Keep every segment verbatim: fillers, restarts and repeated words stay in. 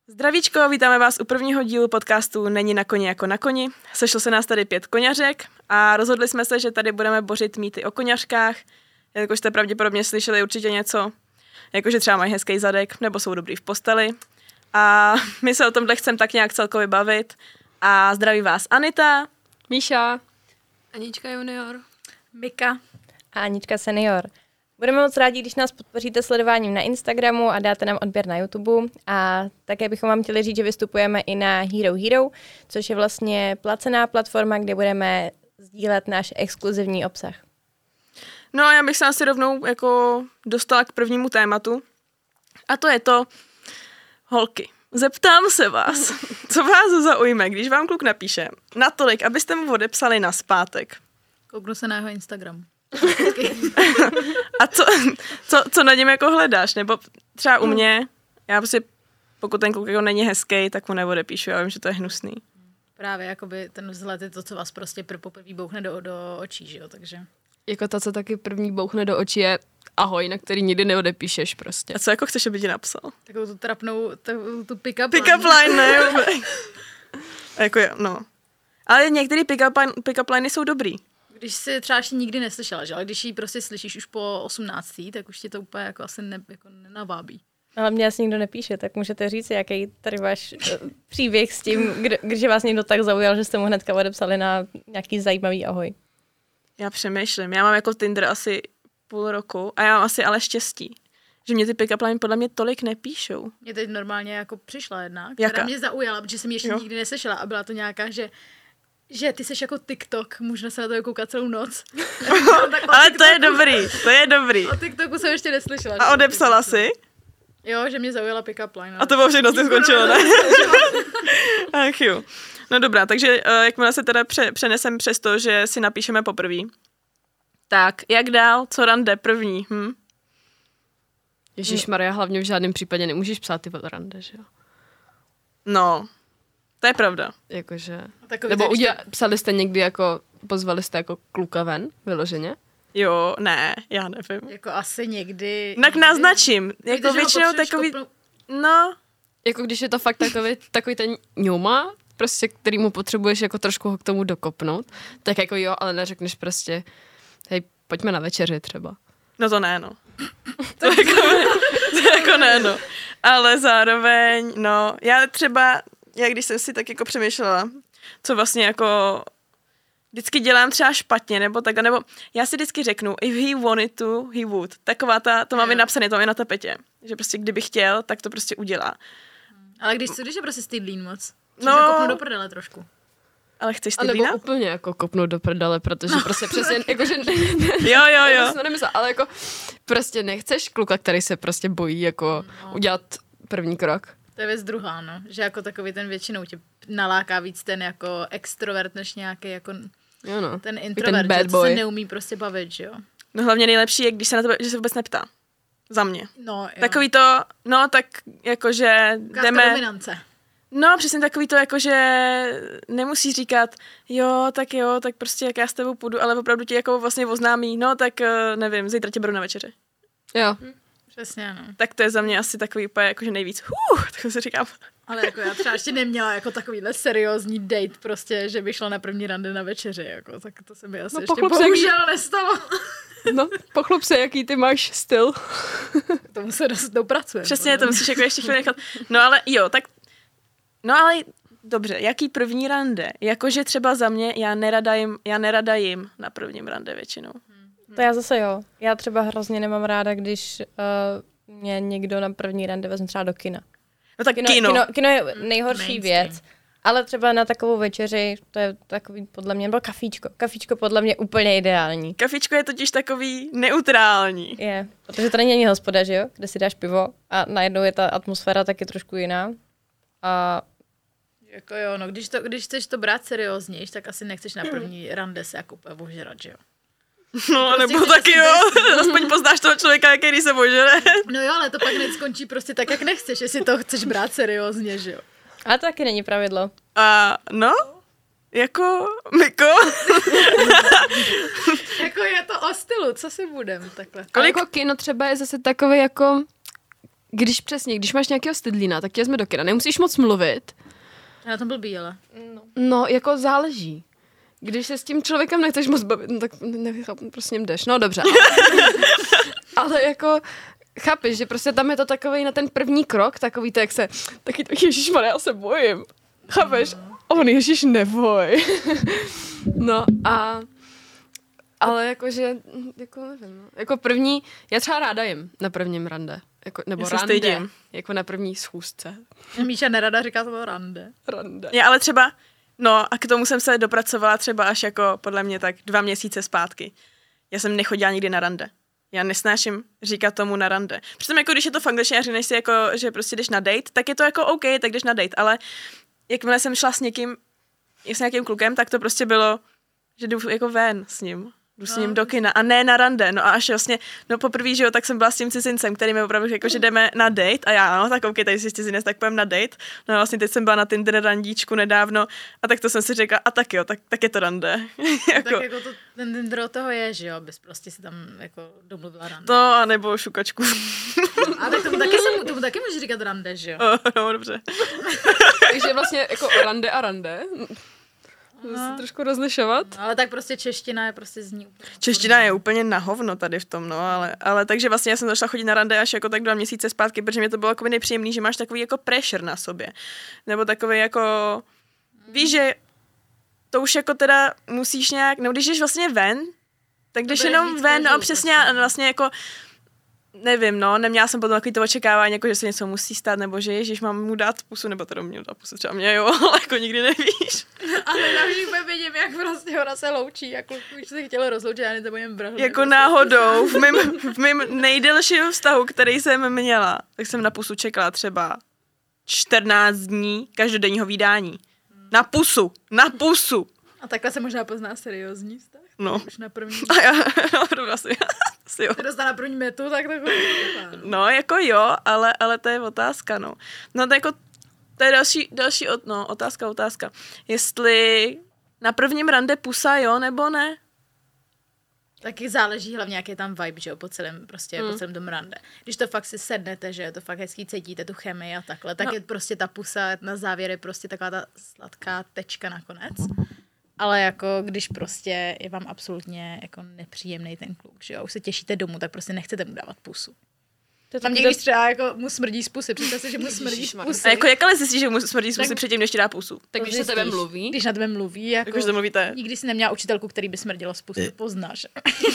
Zdravíčko, vítáme vás u prvního dílu podcastu Není na koni jako na koni. Sešlo se nás tady pět koňařek a rozhodli jsme se, že tady budeme bořit mýty o koňařkách, jakož jste pravděpodobně slyšeli určitě něco, jakože třeba mají hezký zadek nebo jsou dobrý v posteli. A my se o tomhle chceme tak nějak celkově bavit. A zdraví vás Anita, Míša, Anička junior, Mika a Anička senior. Budeme moc rádi, když nás podpoříte sledováním na Instagramu a dáte nám odběr na YouTube. A také bychom vám chtěli říct, že vystupujeme i na Hero Hero, což je vlastně placená platforma, kde budeme sdílet náš exkluzivní obsah. No a já bych se asi rovnou jako dostala k prvnímu tématu. A to je to, holky, zeptám se vás, co vás zaujme, když vám kluk napíše natolik, abyste mu odepsali nazpátek. Kouknu se na jeho Instagram. A co, co, co na něm jako hledáš? Nebo třeba u mě, já prostě, pokud ten kluk jako není hezký, tak mu neodepíšu, já vím, že to je hnusný. Právě, jakoby ten vzhled je to, co vás prostě pr- poprvé bouchne do, do očí, že jo, takže. Jako to, co taky první bouchne do očí, je ahoj, na který nikdy neodepíšeš prostě. A co jako chceš, aby ti napsal? Takovou tu trapnou, tu, tu pick-up Pick-up line, ne? Jako je, no. Ale některé pick-up, line, pick-up liny jsou dobrý. Když si třeba ještě nikdy neslyšela, že? Ale když ji prostě slyšíš už po osmnáctý, tak už ti to úplně jako asi ne, jako nenavábí. Ale mě asi nikdo nepíše, tak můžete říct, jaký tady váš uh, příběh s tím, kdy, když vás někdo tak zaujal, že jste mu hnedka odepsali na nějaký zajímavý ahoj. Já přemýšlím, já mám jako Tinder asi půl roku a já mám asi ale štěstí, že mě ty pick-up line podle mě tolik nepíšou. Mě teď normálně jako přišla jedna, která Jaká? mě zaujala, protože jsem ji ještě Jo. nikdy neslyšela a byla to nějaká, že že ty seš jako TikTok, možná se na to koukat celou noc. Ale to je dobrý, to je dobrý. O TikToku jsem ještě neslyšela. A odepsala si? Jo, že mě zaujala pick-up line. A to bylo všechno, ty skončilo, ne? Ach jo. No dobrá, takže uh, jakmile se teda pře- přenesem přes to, že si napíšeme poprvé. Tak, jak dál? Co rande první? Hm? Ježišmarja, hlavně v žádném případě nemůžeš psát ty rande, že jo? No, to je pravda. Jakože... Takový Nebo ten, uděla, psali jste někdy jako, pozvali jste jako kluka ven, vyloženě? Jo, ne, já nevím. Jako asi někdy... Tak naznačím. Jako Víte, že ho většinou potřebuješ takový... kopnout- No, Jako když je to fakt takový, takový ten ňuma, prostě kterýmu potřebuješ jako trošku ho k tomu dokopnout, tak jako jo, ale neřekneš prostě, hej, pojďme na večeři třeba. no to ne, no. To jako, to jako ne, no. Ale zároveň, no, já třeba, já když jsem si tak jako přemýšlela, co vlastně jako vždycky dělám třeba špatně, nebo tak, nebo já si vždycky řeknu, if he wanted to, he would. Taková ta, to mám i napsané, to mám i na tapetě. Že prostě kdyby chtěl, tak to prostě udělá. Ale když, když je prostě stydlín moc. No. No. Kopnu do prdele trošku. Ale chceš A nebo stydlína? úplně jako kopnout do prdele, protože prostě přesně, jakože... Jo, jo, jo. To jsem nemyslela, ale jako prostě nechceš kluka, který se prostě bojí jako No. udělat první krok. To je věc druhá, no. Že jako takový ten většinou tě naláká víc ten jako extrovert, než nějaký jako Jo no. ten ten introvert, bad že boy. se neumí prostě bavit, že jo. No hlavně nejlepší je, když se na tebe, že se vůbec neptá. Za mě. No, jo. Takový to, no tak jakože Ukázka jdeme... dominance. No, přesně takový to, jakože nemusí říkat, jo, tak jo, tak prostě jak já s tebou půjdu, ale opravdu ti jako vlastně oznámí, no tak eh, nevím, zítra tě beru na večeři. Jo. Přesně, no. Tak to je za mě asi takový úplně jakože nejvíc, huh, tak si říkám. Ale jako já třeba ještě neměla jako takovýhle seriózní date prostě, že by šla na první rande na večeři, jako, tak to se mi asi No, ještě pochlup se, bohužel nestalo. No, pochlup se, jaký ty máš styl. K tomu se dost dopracujeme. Přesně, to musíš jako ještě chvíli nechat. No ale jo, tak, no ale dobře, jaký první rande? Jakože třeba za mě, já nerada jim, já nerada jim na prvním rande většinou. To já zase jo. Já třeba hrozně nemám ráda, když uh, mě někdo na první rande vezme třeba do kina. No tak Kino, kino. kino, kino je nejhorší Mainstream. věc, ale třeba na takovou večeři, to je takový podle mě, nebo kafíčko. Kafíčko podle mě úplně ideální. Kafičko je totiž takový neutrální. Je, protože to není ani hospoda, že jo, kde si dáš pivo a najednou je ta atmosféra taky trošku jiná. A Jako jo, no když, to, když chceš to brát serióznějš, tak asi nechceš na první rande se jako úplně ožrat, že jo. No, Prostě nebo chceš taky si jo, bez- aspoň poznáš toho člověka, který se božere. No jo, ale to pak hned skončí prostě tak, jak nechceš, jestli to chceš brát seriózně, že jo. A to taky není pravidlo. A no, jako, Miko, Jako je to o stylu, co si budem takhle. Ale jako kino třeba je zase takový jako, když přesně, když máš nějakého stydlína, tak tě vezme do kina. Nemusíš moc mluvit. Já na tom blbý, ale. No. No, jako záleží. Když se s tím člověkem nechceš moc bavit, no tak nechápu, prostě s ním jdeš. No dobře. Ale, ale jako chápeš, že prostě tam je to takovej na ten první krok, takový to, jak se, taky to, ježišmarja, já se bojím. Chápeš? On, ježiš, neboj. No a ale jakože, jako nevím, no. Jako první, já třeba ráda jim na prvním rande. Jako, nebo Já se rande. stydím. Jako na první schůzce. Míša nerada říká to rande. Rande. Já ale třeba, no a k tomu jsem se dopracovala třeba až jako podle mě tak dva měsíce zpátky. Já jsem nechodila nikdy na rande. Já nesnáším říkat tomu na rande. Přitom jako když je to v angličtině a řekneš si jako, že prostě jdeš na date, tak je to jako OK, tak jdeš na date, ale jakmile jsem šla s někým, s nějakým klukem, tak to prostě bylo, že jdu jako ven s ním. Jdu s ním do kina a ne na rande. No a až vlastně, no poprvé, že jo, tak jsem byla s tím cizincem, který mi opravdu řekl, že jdeme na date a já, no tak OK, tady jsi cizinec, tak půjdem na date. No a vlastně teď jsem byla na Tinder randíčku nedávno a tak to jsem si řekla, a tak jo, tak, tak je to rande. jako. Tak jako to, ten Tinder od toho je, že jo, abys prostě si tam jako domluvila rande. To a nebo šukačku. A tak tomu taky, jsem, tomu taky můžeš říkat rande, že jo? Oh, no, dobře. Takže vlastně jako rande a rande. No. Se trošku rozlišovat. No, ale tak prostě čeština je prostě zní úplně. Čeština je úplně na hovno tady v tom, no, ale, ale takže vlastně já jsem začala chodit na rande až jako tak dva měsíce zpátky, protože mě to bylo jako nepříjemný, že máš takový jako pressure na sobě. Nebo takový jako, víš, že to už jako teda musíš nějak, no když jdeš vlastně ven, tak jdeš jenom ven, no a přesně a vlastně jako nevím, no, neměla jsem potom takový to očekávání, jako že se něco musí stát, nebo že ježiš, mám mu dát pusu, nebo teda mě dát pusu, třeba mě, jo, ale jako nikdy nevíš. Ale já už úplně vidím, jak prostě ona se loučí, jako už se chtěla rozloučit, já ne to budem brhnout. Jako prostě náhodou, v mým, v mým nejdelším vztahu, který jsem měla, tak jsem na pusu čekala třeba čtrnáct dní každodenního vídání. Na pusu, na pusu. A takhle se možná pozná seriózní vztah. No. Už na první. A já, no, dobrý, asi, asi jo. Když dostala na první metu, tak to No, jako jo, ale, ale to je otázka, no. No, to jako, to je další, další od, no, otázka, otázka. Jestli na prvním rande pusa, jo, nebo ne? Taky záleží hlavně, jaký je tam vibe, že jo, po celém, prostě, Hmm. po celém tom rande. Když to fakt si sednete, že jo, to fakt hezký cítíte tu chemii a takhle, tak No. je prostě ta pusa na závěr je prostě taková ta sladká tečka nakonec. Ale jako když prostě je vám absolutně jako nepříjemný ten kluk, že jo, už se těšíte domů, tak prostě nechcete mu dávat pusu. To Tam někdy třeba jako mu smrdí z pusy, představ si, že mu smrdí z pusy. A jako jak ale zjistíš, že mu smrdí z pusy Tak- předtím, než ti dá pusu? Tak když se tebe mluví. Když na tebe mluví, jako... Jakože to mluvíte? Nikdy jsi neměla učitelku, který by smrdilo z pusy, to poznáš.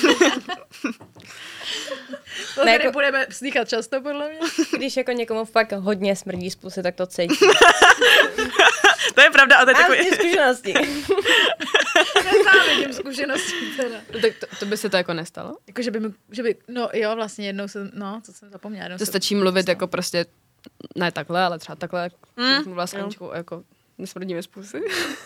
To Ne, tady jako- budeme slychat často, podle mě. Když jako někomu fakt hodně smrdí z pusy, tak to cítí. To je pravda, a to je Mám takový... ty zkušenosti. Nezávidím zkušeností teda. Tak to, to by se to jako nestalo? Jako, že by, mi, že by, no jo, vlastně jednou jsem, no, co jsem zapomněla. Jednou To jsem- stačí mluvit jako prostě, ne takhle, ale třeba takhle, Mm, mm, mluvila s Aničkou, jako nesmrdíme z pusy.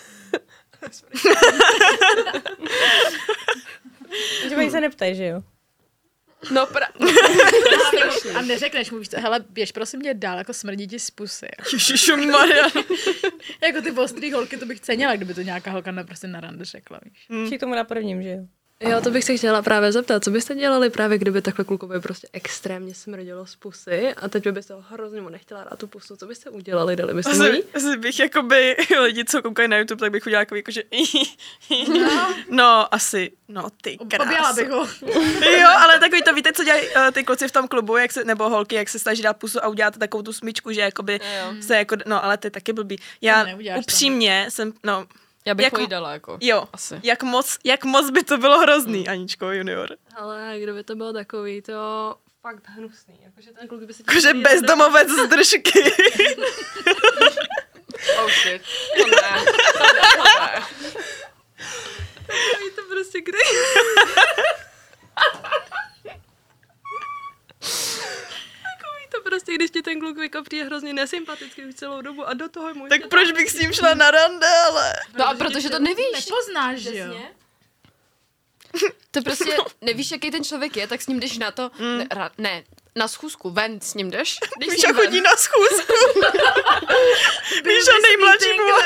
Že oni se neptají, že jo? No pra... A neřekneš mu, víš co, hele, běž prosím mě dál, jako smrdí ti z pusy. Ježišmarja. Jako ty ostrý holky, to bych cenila, kdyby to nějaká holka na, prostě na rande řekla, víš. Všichni tomu na prvním, že jo? Jo, to bych se chtěla právě zeptat, co byste dělali právě, kdyby takhle klukovi prostě extrémně smrdělo z pusy a teď byste ho hrozně mu nechtěla dát tu pusu, co byste udělali, dali byste mu jí? Asi, asi bych jakoby lidi, co koukají na YouTube, tak bych udělala jako jakože... No. no, asi, no ty kráso. Objela bych ho. Jo, ale takový to, víte, co dělají uh, ty kluci v tom klubu, jak se, nebo holky, jak se snaží dát pusu a uděláte takovou tu smyčku, že jakoby se jako, no ale to je taky blbý. Já To neuděláš upřímně jsem, no, Já bych Jako- ho jí dala, jako. jo, Asi. jak moc, jak moc by to bylo hrozný, Aničko junior. Ale kdyby to bylo takový, to fakt hnusný, jakože ten kluk by se... Jakože bezdomovec z držky. Oh shit. To ne. To ne, to ne. Takový to prostě kdy... Takový to prostě, když ti ten kluk jako přijde hrozně nesympatický už celou dobu a do toho mu... Tak proč bych s ním šla na rande, ale... No a protože to nevíš. Nepoznáš, že jo. To prostě nevíš, jaký ten člověk je, tak s ním jdeš na to, Mm. ne, ra, ne, na schůzku, ven s ním jdeš. Jdeš s Míša ním chodí ven. na schůzku. Míša nejmladší byla.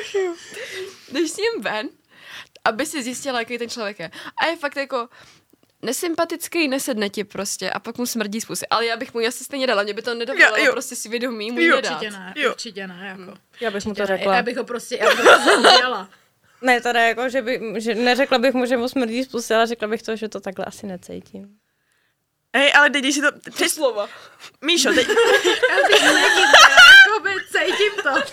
Jdeš s ním ven, aby si zjistila, jaký ten člověk je. A je fakt jako, nesympatický, nesedne ti prostě a pak mu smrdí z pusy. Ale já bych mu asi stejně dala, mě by to nedovolilo prostě si vědomí mu jo, nedát. Určitě ne, Jo. určitě ne, jako. Já bych mu to Určitě ne. řekla. Já bych ho prostě, já bych ho prostě udělala. Ne, teda jako, že, by, že neřekla bych mu, že mu smrdí z pusy, ale řekla bych to, že to takhle asi necítím. Hej, ale teď, když si to... Přes... slova. Míšo, teď... Já bych cítím, jakoby cítím to.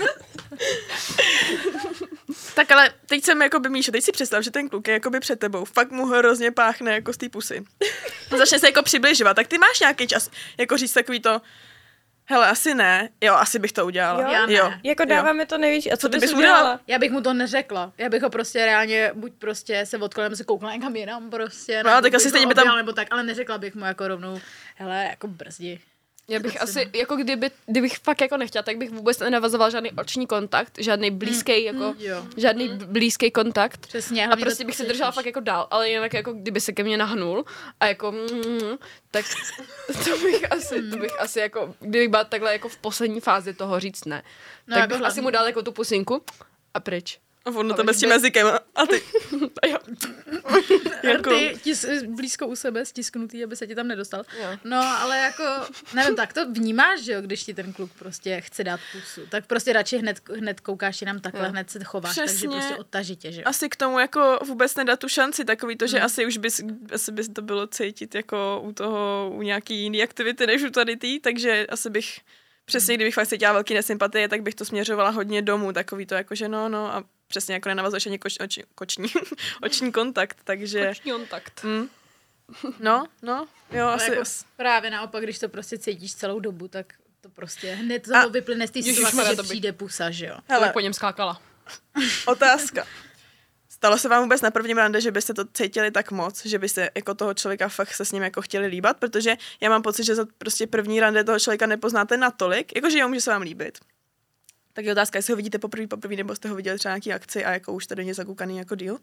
Tak ale teď jsem jakoby, Míšo, teď si představ, že ten kluk je jakoby před tebou. Fakt mu hrozně páchne jako z té pusy. Začne se jako přibližovat. Tak ty máš nějaký čas jako říct takový to, hele, asi ne. Jo, asi bych to udělala. Jo? Já ne. Jo. Jako dáváme to nejvíc. A co, Co ty bys bys udělala? udělala? Já bych mu to neřekla. Já bych ho prostě reálně, buď prostě se odkolem se koukla někam jinam prostě. No, tak bych asi ho stejně by tam- objala, nebo tak, ale neřekla bych mu jako rovnou, hele, jako brzdi. Já bych asi, jako kdyby, kdybych fakt jako nechtěla, tak bych vůbec nenavazoval žádný oční kontakt, žádný blízký, jako, Jo. žádný b- blízký kontakt. Přesně. A hlavně prostě to bych se cítíš. držela fakt jako dál, ale jinak jako kdyby se ke mně nahnul a jako mm, tak to bych asi, to bych asi jako, kdybych byla takhle jako v poslední fázi toho říct ne, No, tak jako bych hlavně- asi mu dal jako tu pusinku a pryč. A on na A tebe už s tím by- jazykem. A ty... A jo. jako... Ty tis, blízko u sebe stisknutý, aby se ti tam nedostal. Jo. No, ale jako, nevím, tak to vnímáš, že jo, když ti ten kluk prostě chce dát pusu. Tak prostě radši hned, hned koukáš jenom takhle, Jo. hned se chováš, Přesně. takže prostě odtažitě, že jo. Asi k tomu jako vůbec nedat tu šanci, takový to, že Hmm. asi už bys, asi bys to bylo cítit jako u toho, u nějaký jiný aktivity, než u tady tý, takže asi bych, přesně kdybych fakt cítila velký nesympatie, tak bych to směřovala hodně domů, takový to jako, že no, no a přesně jako nenavazuješ ani koč, oči, koční, oční kontakt, takže... Oční kontakt. Mm. No, no, jo, Ale asi... jako asi. právě naopak, když to prostě cítíš celou dobu, tak to prostě hned A- to vyplyne z té situace, Ježišmarja, že to by- přijde pusa, že jo. Hele. Hele, Po něm skákala. otázka. Stalo se vám vůbec na prvním rande, že byste to cítili tak moc, že byste jako toho člověka fakt se s ním jako chtěli líbat, protože já mám pocit, že za prostě první rande toho člověka nepoznáte natolik, jakože jo, může se vám líbit. Tak je otázka, jestli ho vidíte poprvé, poprvé, nebo jste ho viděli třeba nějaký akci a jako už jste do něj zakoukaný jako deal.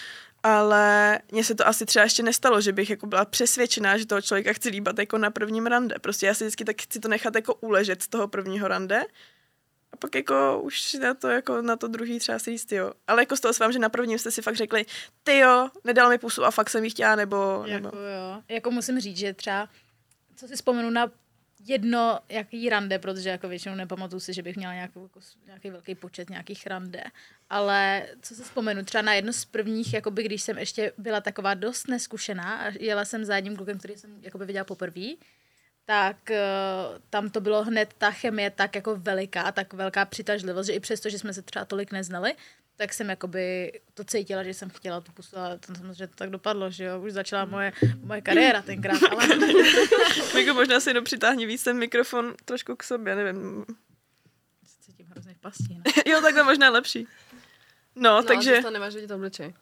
Ale mně se to asi třeba ještě nestalo, že bych jako byla přesvědčená, že toho člověka chci líbat jako na prvním rande. Prostě já si vždycky tak chci to nechat jako uležet z toho prvního rande. A pak jako už na to, jako na to druhý třeba si říct, jo. Ale jako z toho s vám, že na prvním jste si fakt řekli, ty jo, nedal mi pusu a fakt jsem jí chtěla, nebo... nebo... Jako jo. Jako musím říct, že třeba, co si vzpomenu na jedno jaký rande, protože jako většinou nepamatuju si, že bych měla nějakou, jako, nějaký velký počet nějakých rande, ale co si vzpomenu, třeba na jedno z prvních, jakoby, když jsem ještě byla taková dost neskušená a jela jsem za jedním klukem, který jsem jakoby viděla poprvé, tak uh, tam to bylo hned ta chemie tak jako veliká, tak velká přitažlivost, že i přesto, že jsme se třeba tolik neznali, tak jsem jakoby to cítila, že jsem chtěla tu pusu a to samozřejmě to tak dopadlo, že jo, už začala moje, moje kariéra tenkrát, ale Jako možná si jenom přitáhni víc ten mikrofon trošku k sobě, nevím. se cítím hrozně v pasti, ne? Jo, takhle možná lepší. No, No, takže... to nemáš vidět obličej.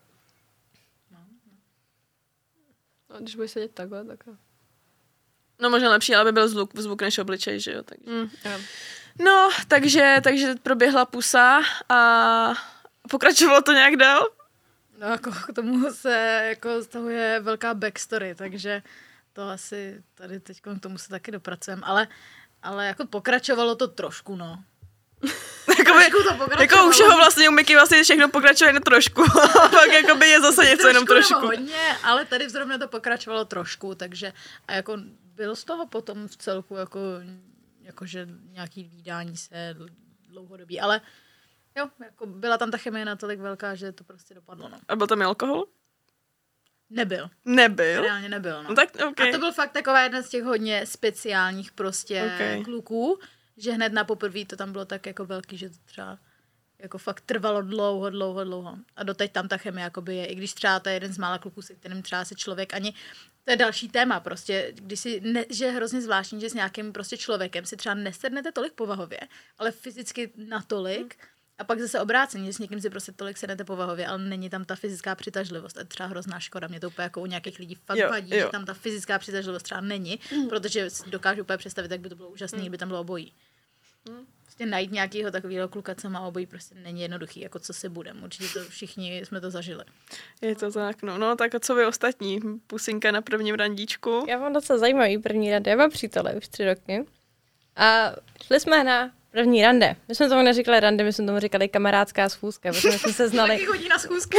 No, když budeš sedět takhle, tak jo. No možná lepší, ale by byl zvuk, zvuk než obličej, že jo. Takže. Mm, jo. No, takže, takže proběhla pusa a pokračovalo to nějak dál? No jako k tomu se jako stahuje velká backstory, takže to asi tady teď k tomu se taky dopracujeme, ale, ale jako pokračovalo to trošku, no. Jakoby, Trošku to pokračovalo. jako u všeho vlastně u Miky vlastně všechno pokračuje jen trošku. A pak jakoby je zase něco jenom Trošku nebo trošku. hodně, ale tady zrovna to pokračovalo trošku, takže a jako bylo z toho potom v celku jako, jakože nějaký vídání se dlouhodobí, ale jo, jako byla tam ta chemie natolik velká, že to prostě dopadlo, no. A byl tam i alkohol? Nebyl. Nebyl. Reálně nebyl, no. No tak okay. A to byl fakt taková jedna z těch hodně speciálních prostě Okay. kluků, že hned na poprvé to tam bylo tak jako velký, že to třeba jako fakt trvalo dlouho, dlouho, dlouho. A doteď tam ta chemie jakoby je, i když třeba to je jeden z mála kluků, se kterým třeba se člověk ani, to je další téma prostě, když si, ne, že je hrozně zvláštní, že s nějakým prostě člověkem si třeba nesednete tolik povahově, ale fyzicky natolik, a pak zase obráceně, že s někým si prostě tolik sednete povahově, ale není tam ta fyzická přitažlivost. To je třeba hrozná škoda. Mě to úplně jako u nějakých lidí fakt Jo, vadí, jo. že tam ta fyzická přitažlivost třeba není, protože si dokážu úplně představit, jak by to bylo úžasné, kdyby tam bylo obojí. Prostě najít nějakého takového kluka, co má obojí, prostě není jednoduchý, jako co si budem. Určitě to všichni jsme to zažili. Je to tak, no. No tak a co vy ostatní? Pusinka na prvním randíčku. Já mám docela zajímavý první rande. Já mám přítele už tři roky. A šli jsme na První rande. My jsme tomu neříkali rande, my jsme tomu říkali kamarádská schůzka, protože my jsme se znali. Taky chodí na schůzky.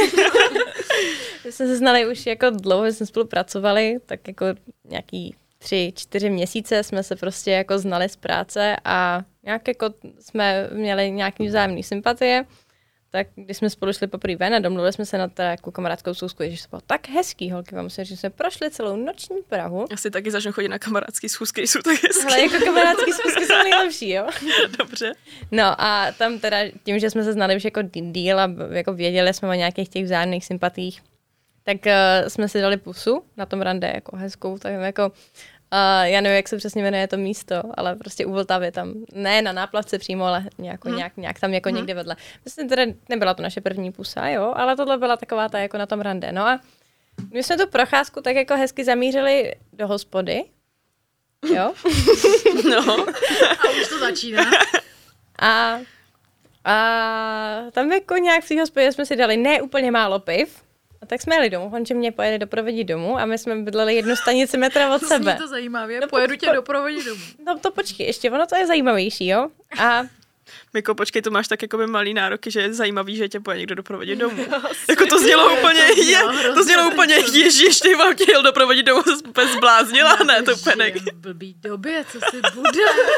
My jsme se znali už jako dlouho, jsme spolupracovali, tak jako nějaký tři, čtyři měsíce jsme se prostě jako znali z práce a nějak jako jsme měli nějaký vzájemný sympatie. Tak když jsme spolu šli poprvé ven a domluvili jsme se na takovou kamarádskou schůzku, že to bylo tak hezký, holky, vám musím říct, že jsme prošli celou noční Prahu. Asi taky začnu chodit na kamarádský schůzky, jsou tak hezký. Ale jako kamarádský schůzky jsou nejlepší, jo? Dobře. No a tam teda tím, že jsme se znali už jako díl a jako věděli jsme o nějakých těch vzájemných sympatích, tak uh, jsme si dali pusu na tom rande jako hezkou, tak jako Uh, já nevím, jak se přesně jmenuje to místo, ale prostě u Vltavy tam, ne na náplavce přímo, ale nějak, hmm. nějak, nějak tam jako hmm. někde vedle. Myslím, teda nebyla to naše první pusa, jo, ale tohle byla taková ta jako na tom rande. No a my jsme tu procházku tak jako hezky zamířili do hospody, jo. No. A už to začíná. A, a tam jako nějak v té hospodě jsme si dali ne úplně málo piv, a tak jsme jeli domů, on že mě pojede doprovodit domů a my jsme bydleli jednu stanici metra od to sebe. To to zajímavě, No, pojedu po, tě doprovodit domů. No to počkej, ještě ono to je zajímavější, jo. A Miko, počkej, to máš tak jako by malý nároky, že je zajímavý, že tě pojede někdo doprovodit domů. Jako to znělo úplně, je, to znělo úplně, ježiš, ty vám tě jel doprovodit domů, úplně zbláznila, ne, to úplně ne. V blbý době, co si bude.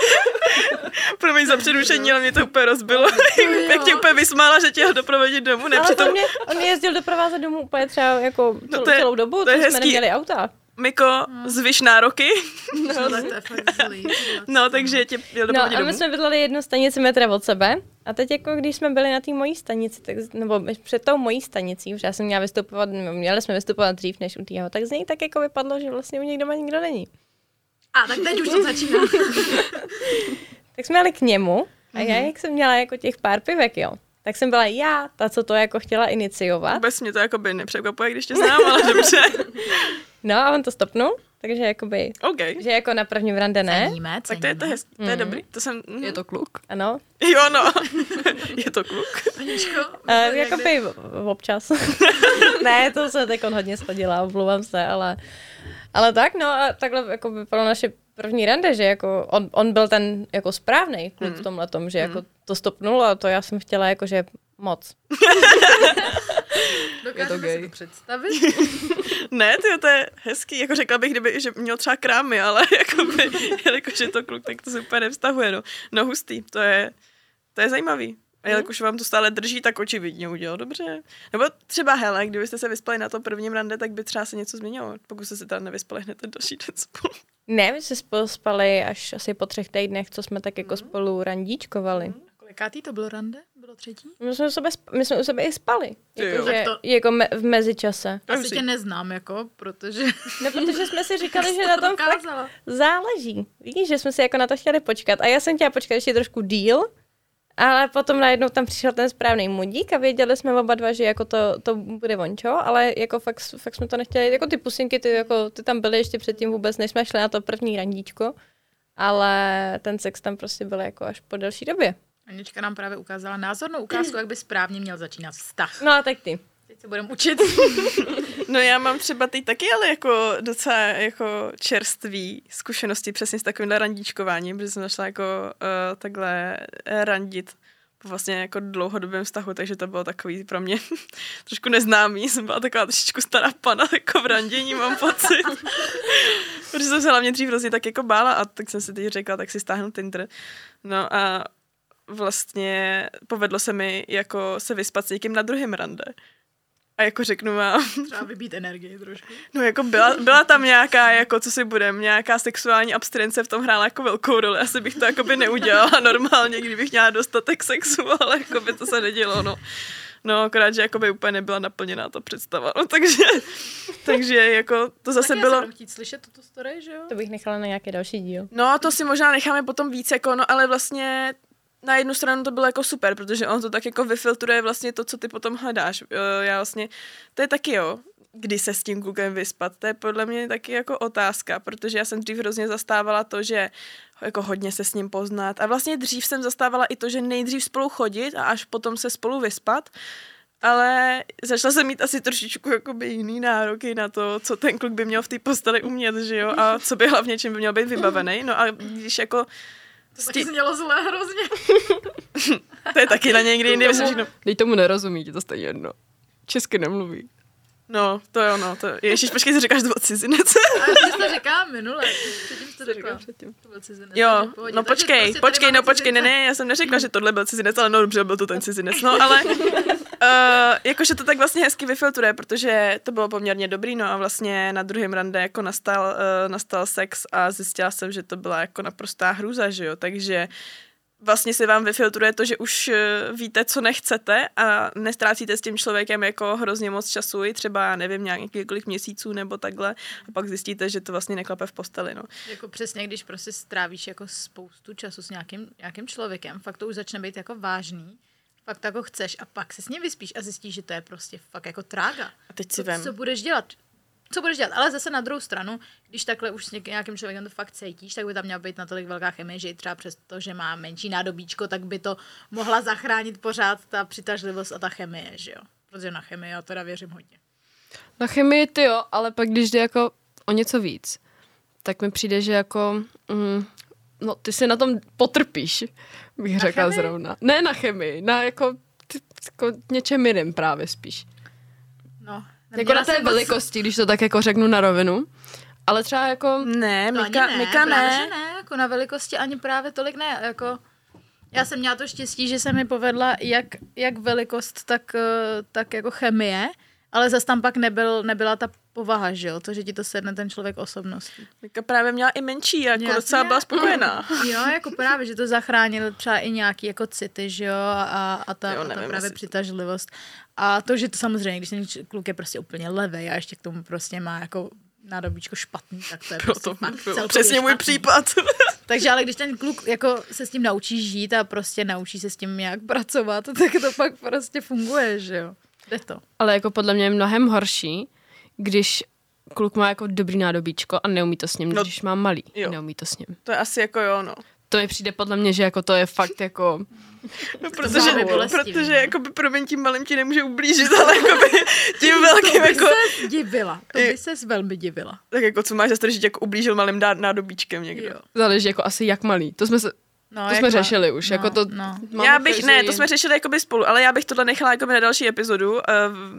Promiň za přerušení, ale mě to úplně rozbilo. Jak tě úplně vysmála, že tě jel doprovodit domů, ne, ale přitom... on mě, on mě jezdil doprovázet domů úplně třeba jako No celou, to je- celou dobu, to je co jsme hezký. neměli auta. Miko, zvyš nároky. No, tak to je fakt zlý. No, takže tě jel No doprovodit a my domů. jsme bydleli jednu stanici metra od sebe a teď jako když jsme byli na té mojí stanici, tak, nebo před tou mojí stanicí, protože já jsem měla vystupovat, měli jsme vystupovat dřív než u tého, tak z něj tak jako vypadlo, že vlastně u něj doma nikdo není. A tak teď už to začíná. Tak jsme jeli k němu a já, jak jsem měla jako těch pár pivek, jo, tak jsem byla já, ta, co to jako chtěla iniciovat. Vůbec mě to jako by nepřekvapuje, když tě znám, ale dobře. No a on to stopnul, takže jakoby, OK. že jako na prvním rande ne. Ceníme, Tak to je, to je hezký, to je Mhm. dobrý. To jsem... mm. Je to kluk. Ano, Jo, no. Je to kluk. Aničko, uh, jakoby v- občas. Ne, to se teď hodně schodila, omlouvám se, ale, ale tak, no a takhle jako vypadalo naše první rande, že jako on, on byl ten jako správnej kluk Hmm. v tomhle tom, že jako to stopnul a to já jsem chtěla jakože moc. dokážeme gay. si to představit. Ne, tyjo, to je hezký. Jako řekla bych, kdyby, že měl třeba krámy, ale jakoby, jelikož je to kluk, tak to se úplně nevztahuje. No, no hustý, to je, to je zajímavý. A jelikož vám to stále drží, tak očividně udělal dobře. Nebo třeba, hele, kdybyste se vyspali na to prvním rande, tak by třeba se něco změnilo, pokud jste se tam nevyspali hned ten další den spolu. Ne, my jsme spolu spali až asi po třech týdnech, co jsme tak jako spolu randíčkovali. Kolikátý to bylo rande? Bylo třetí? My jsme u sebe, sp- my jsme u sebe i spali. Ty jo. Jako, že, Tak to- jako me, v mezičase. Asi Hustý. tě neznám, jako, protože No, protože jsme si říkali, že na to tom fakt dokázala. záleží. Víš, že jsme si jako na to chtěli počkat. A já jsem chtěla počkat ještě trošku díl, ale potom najednou tam přišel ten správný mudík a věděli jsme oba dva, že jako to, to bude vončo, ale jako fakt, fakt jsme to nechtěli. Jako ty pusinky, ty, jako, ty tam byly ještě předtím vůbec, než jsme šli na to první randíčko, ale ten sex tam prostě byl jako až po delší době. Anička nám právě ukázala názornou ukázku, jak by správně měl začínat vztah. No a tak ty. Teď se budeme učit. No já mám třeba teď taky, ale jako docela jako čerstvý zkušenosti přesně s takovýmhle randíčkováním, protože jsem našla jako uh, takhle randit po vlastně jako dlouhodobém vztahu, takže to bylo takový pro mě trošku neznámý. Jsem byla taková trošičku stará pana jako v randění, mám pocit. Protože jsem se hlavně dřív hrozně tak jako bála a tak jsem si teď řekla, tak si stáhnu Tinder. No a vlastně povedlo se mi jako se vyspat s někým na druhém rande. A jako řeknu vám, Třeba vybít energii trošku. no jako byla, byla tam nějaká, jako co si budem, nějaká sexuální abstinence v tom hrála jako velkou roli. Asi bych to jako by neudělala normálně, kdybych měla dostatek sexu, ale jako by to se nedělo, no. No, akorát, že jako by úplně nebyla naplněná ta představa, no, takže, takže jako to zase tak já bylo... se budu chtít slyšet tuto story, že jo? To bych nechala na nějaký další díl. No, to si možná necháme potom víc, jako, no, ale vlastně na jednu stranu to bylo jako super, protože on to tak jako vyfiltruje vlastně to, co ty potom hledáš. Já vlastně, to je taky jo, kdy se s tím klukem vyspat, to je podle mě taky jako otázka, protože já jsem dřív hrozně zastávala to, že jako hodně se s ním poznat a vlastně dřív jsem zastávala i to, že nejdřív spolu chodit a až potom se spolu vyspat, ale začala jsem mít asi trošičku jakoby jiný nároky na to, co ten kluk by měl v té posteli umět, že jo, a co by hlavně čím by měl být vybavený. No a když jako To taky znělo zle hrozně. To je taky na někdy jindy. Všechno... Dej tomu nerozumí, ti to stejně jedno. Česky nemluví. No, to je ono. To... Ježiš, počkej, si říkáš, že to byl cizinec. Ale ty jsi to říkala minule. Předtím jsi to řekla. Předtím. To byl cizinec. Jo, no počkej, prostě počkej, no počkej, ne, ne, já jsem neřekla, že tohle byl cizinec, ale no dobře, byl to ten cizinec, no ale uh, jakože to tak vlastně hezky vyfiltruje, protože to bylo poměrně dobrý, no a vlastně na druhém rande jako nastal, uh, nastal sex a zjistila jsem, že to byla jako naprostá hrůza, že jo, takže vlastně se vám vyfiltruje to, že už víte, co nechcete a nestrácíte s tím člověkem jako hrozně moc času, i třeba, já nevím, nějak několik měsíců nebo takhle a pak zjistíte, že to vlastně neklape v posteli, no. Jako přesně, když prostě strávíš jako spoustu času s nějakým, nějakým člověkem, fakt to už začne být jako vážný, fakt jako chceš a pak se s ním vyspíš a zjistíš, že to je prostě fakt jako trága. A teď si co, vem. co budeš dělat? Co budeš dělat? Ale zase na druhou stranu, když takhle už s nějakým člověkem to fakt cítíš, tak by tam měla být natolik velká chemie, že i třeba přes to, že má menší nádobíčko, tak by to mohla zachránit pořád ta přitažlivost a ta chemie, že jo? Protože na chemii já teda věřím hodně. Na chemii ty jo, ale pak když jde jako o něco víc, tak mi přijde, že jako, mm, no ty si na tom potrpíš, bych Na řekla chemii? zrovna. Ne na chemii, na jako, ty, jako něčem jiným právě spíš. No, Jako na té jsem moc- velikosti, když to tak jako řeknu na rovinu. Ale třeba jako... Ne, To Mika, ani ne, Mika právě, ne. že ne, jako na velikosti ani právě tolik ne, jako já jsem měla to štěstí, že se mi povedla jak, jak velikost, tak, eh, tak jako chemie, ale zase tam pak nebyl, nebyla ta povaha, že jo, to, že ti to sedne ten člověk osobností. Mika právě měla i menší, jako Jasně. docela byla spokojená. Jo, jako právě, že to zachránilo třeba i nějaký jako city, že jo, a, a ta, Jo, a ta nevím, právě jestli- přitažlivost. A to, že to samozřejmě, když ten kluk je prostě úplně levej a ještě k tomu prostě má jako nádobíčko špatný, tak to je Bylo prostě to fakt bylo celkově přesně můj špatný. případ. Takže ale když ten kluk jako se s tím naučí žít a prostě naučí se s tím nějak pracovat, tak to pak prostě funguje, že jo. Jde to. Ale jako podle mě je mnohem horší, když kluk má jako dobrý nádobíčko a neumí to s ním, No, no, když má malý, jo. neumí to s ním. To je asi jako jo, no. To mi přijde podle mě, že jako to je fakt jako... No, protože, velmi bolestivý, protože no. jakoby promiň, tím malým ti nemůže ublížit, ale jakoby tím velkým To by jako... se divila. To by se velmi divila. Tak jako co máš za to, že tě jako ublížil malým dá, nádobíčkem někdo. Jo. Záleží jako asi jak malý. To jsme se... No, To jak jsme má- řešili už, no, jako to... No. máme Já bych, ne, každý- to jsme řešili jakoby spolu, ale já bych tohle nechala jakoby na další epizodu, uh,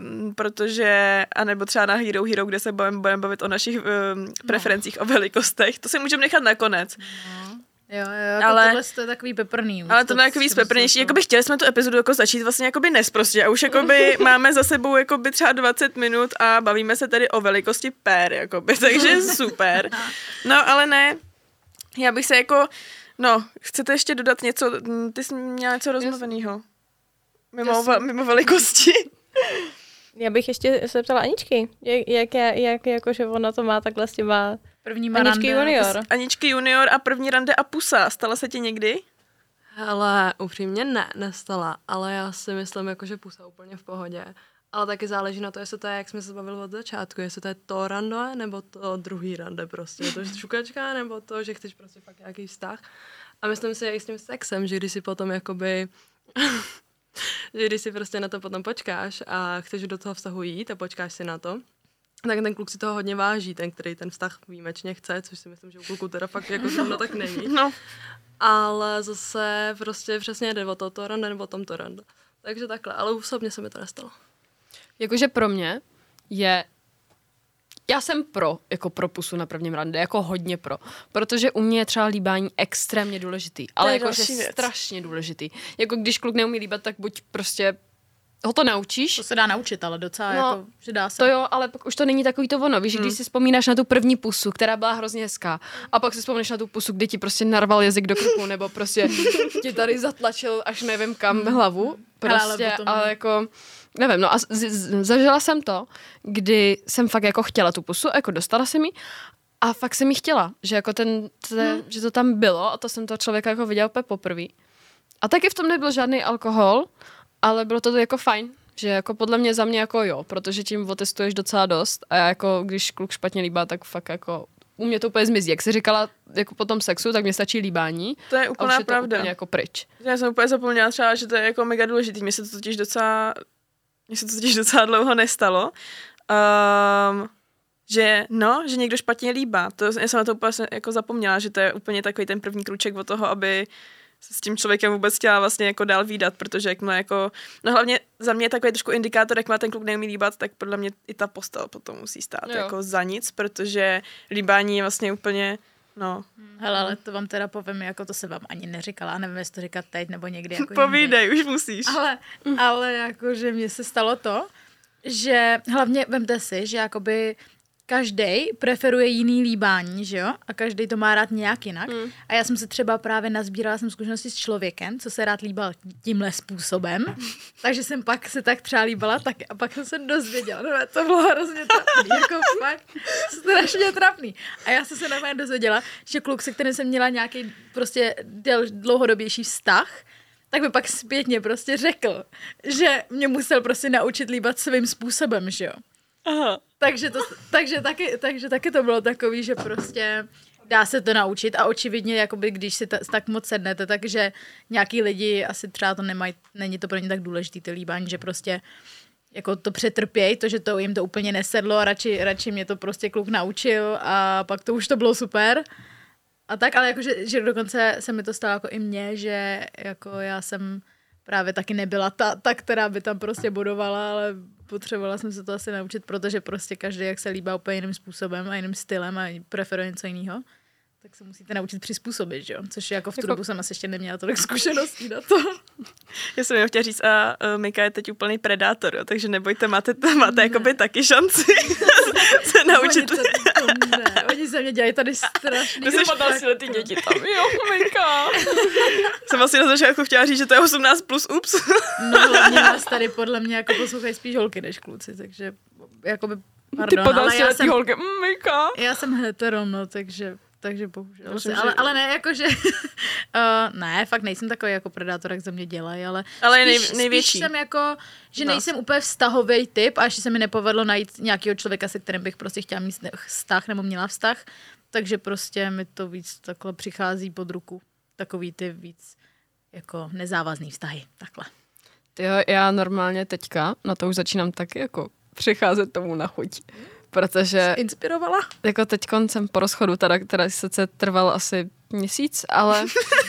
protože, anebo třeba na Hero Hero, kde se budeme budem bavit o našich um, preferencích, o velikostech, to si můžeme nechat nakonec. Jo, jo, jako Ale- tohle to je takový peprný. už Ale to je jako s víc tím peprnější. se to- Jakoby chtěli jsme tu epizodu jako začít vlastně jakoby nesprostě a už jakoby máme za sebou jakoby třeba dvacet minut a bavíme se tady o velikosti pér, jakoby, takže super. No, ale ne, já bych se jako, no, chcete ještě dodat něco, ty jsi měla něco rozmluvenýho? Mimo, ve, mimo velikosti. Já bych ještě se ptala Aničky, jak, jak, jak jako, že ona to má takhle s těma První Aničky marande. junior. Aničky junior a první rande a pusa. Stala se ti někdy? Ale upřímně ne, nestala, ale já si myslím, jako, že pusa úplně v pohodě. Ale taky záleží na to, jestli to je, jak jsme se bavili od začátku, jestli to je to rande, nebo to druhý rande prostě. Je to šukačka, nebo to, že chceš prostě fakt nějaký vztah. A myslím si i s tím sexem, že když si potom jakoby... že když si prostě na to potom počkáš a chceš do toho vztahu jít a počkáš si na to, tak ten kluk si toho hodně váží, ten, který ten vztah výjimečně chce, což si myslím, že u kluku teda fakt jako zrovna tak není. No. Ale zase prostě přesně jde o toto rande nebo o tomto rande. Takže takhle, ale osobně se mi to nestalo. Jakože pro mě je... Já jsem pro, jako pro pusu na prvním rande, jako hodně pro. Protože u mě je třeba líbání extrémně důležitý. Ale je jakože další věc. strašně důležitý. Jako když kluk neumí líbat, tak buď prostě ho to naučíš. To se dá naučit, ale docela No, jako, že dá se. To jo, ale pak už to není takový to ono. Víš, hmm. když si vzpomínáš na tu první pusu, která byla hrozně hezká, a pak si vzpomínáš na tu pusu, kdy ti prostě narval jazyk do krku, nebo prostě ti tady zatlačil až nevím kam hlavu. Prostě, Ale potom- ale jako, nevím, no a z, z, zažila jsem to, kdy jsem fakt jako chtěla tu pusu, jako dostala jsem ji, a fakt jsem ji chtěla, že jako ten, te, hmm. že to tam bylo, a to jsem toho člověka jako viděla úplně poprvé. A taky v tom nebyl žádný alkohol, ale bylo to jako fajn, že jako podle mě za mě jako jo, protože tím otestuješ docela dost a já jako když kluk špatně líbá, tak fakt jako u mě to úplně zmizí. Jak jsi říkala jako po tom sexu, tak mě stačí líbání. To je A už úplná je to pravda. úplně jako pryč. Já jsem úplně zapomněla třeba, že to je jako mega důležitý. Mně se to totiž docela, mně se to totiž docela dlouho nestalo. Um, že no, že někdo špatně líbá. To, já jsem na to úplně jako zapomněla, že to je úplně takový ten první krůček od toho, aby se s tím člověkem vůbec chtěla vlastně jako dál vídat, protože jak jako, no hlavně za mě je takový trošku indikátor, jak má ten kluk neumí líbat, tak podle mě i ta postel potom musí stát jo. jako za nic, protože líbání je vlastně úplně, no. Hele, ale to vám teda povím, jako to se vám ani neříkala, nevím, jestli to říkat teď nebo někdy jako Povídej, jindy. už musíš. Ale, ale jako, že mně se stalo to, že hlavně vemte si, že jakoby každej preferuje jiný líbání, že jo? A každej to má rád nějak jinak. Mm. A já jsem se třeba právě nazbírala jsem zkušenosti s člověkem, co se rád líbal tímhle způsobem. Takže jsem pak se tak třeba líbala taky. A pak jsem se dozvěděla. No, to bylo hrozně trapný. Jako fakt strašně trapný. A já jsem se normálně dozvěděla, že kluk, se kterým jsem měla nějaký prostě del, dlouhodobější vztah, tak mi pak zpětně prostě řekl, že mě musel prostě naučit líbat svým způsobem, že jo? Aha. Takže, to, takže, taky, takže taky to bylo takový, že prostě dá se to naučit a očividně, jakoby, když si ta, tak moc sednete, takže nějaký lidi asi třeba to nemají, není to pro ně tak důležitý ty líbání, že prostě jako to přetrpěj, to, že to jim to úplně nesedlo a radši, radši mě to prostě kluk naučil a pak to už to bylo super. A tak, ale jakože, že dokonce se mi to stalo jako i mně, že jako já jsem právě taky nebyla ta, ta, která by tam prostě budovala, ale potřebovala jsem se to asi naučit, protože prostě každý, jak se líbá úplně jiným způsobem a jiným stylem a preferuje něco jiného, tak se musíte naučit přizpůsobit, že jo? Což jako v tu jako... dobu jsem asi ještě neměla tolik zkušeností na to. Já jsem jenom chtěla říct, a uh, Mika je teď úplný predátor, jo, takže nebojte, máte, máte jakoby taky šanci se naučit. Oni, to, to ne, oni se mě dělají tady strašný. Ty jsi patnáctiletý děti tam, jo, Mika. Jsem vlastně na začátku chtěla říct, že to je osmnáct plus, ups. No hlavně nás tady podle mě jako poslouchají spíš holky než kluci, takže jakoby, pardon, ty ale já jsem, holky, mm, Mika. Já jsem hetero, no, takže takže bohužel. Myslím, ale, že... ale ne, jakože, uh, ne, fakt nejsem takový jako predátor, jak ze mě dělají, ale, ale spíš, nej, největší. spíš jsem jako, že no. nejsem úplně vztahový typ a ještě se mi nepovedlo najít nějakého člověka, se kterým bych prostě chtěla mít vztah nebo měla vztah, takže prostě mi to víc takhle přichází pod ruku. Takový ty víc jako nezávazný vztahy, takhle. Tyjo, já normálně teďka na to už začínám taky jako přicházet tomu na chuť. Protože inspirovala? Jako teď jsem po rozchodu, teda, teda sice trval asi měsíc, ale...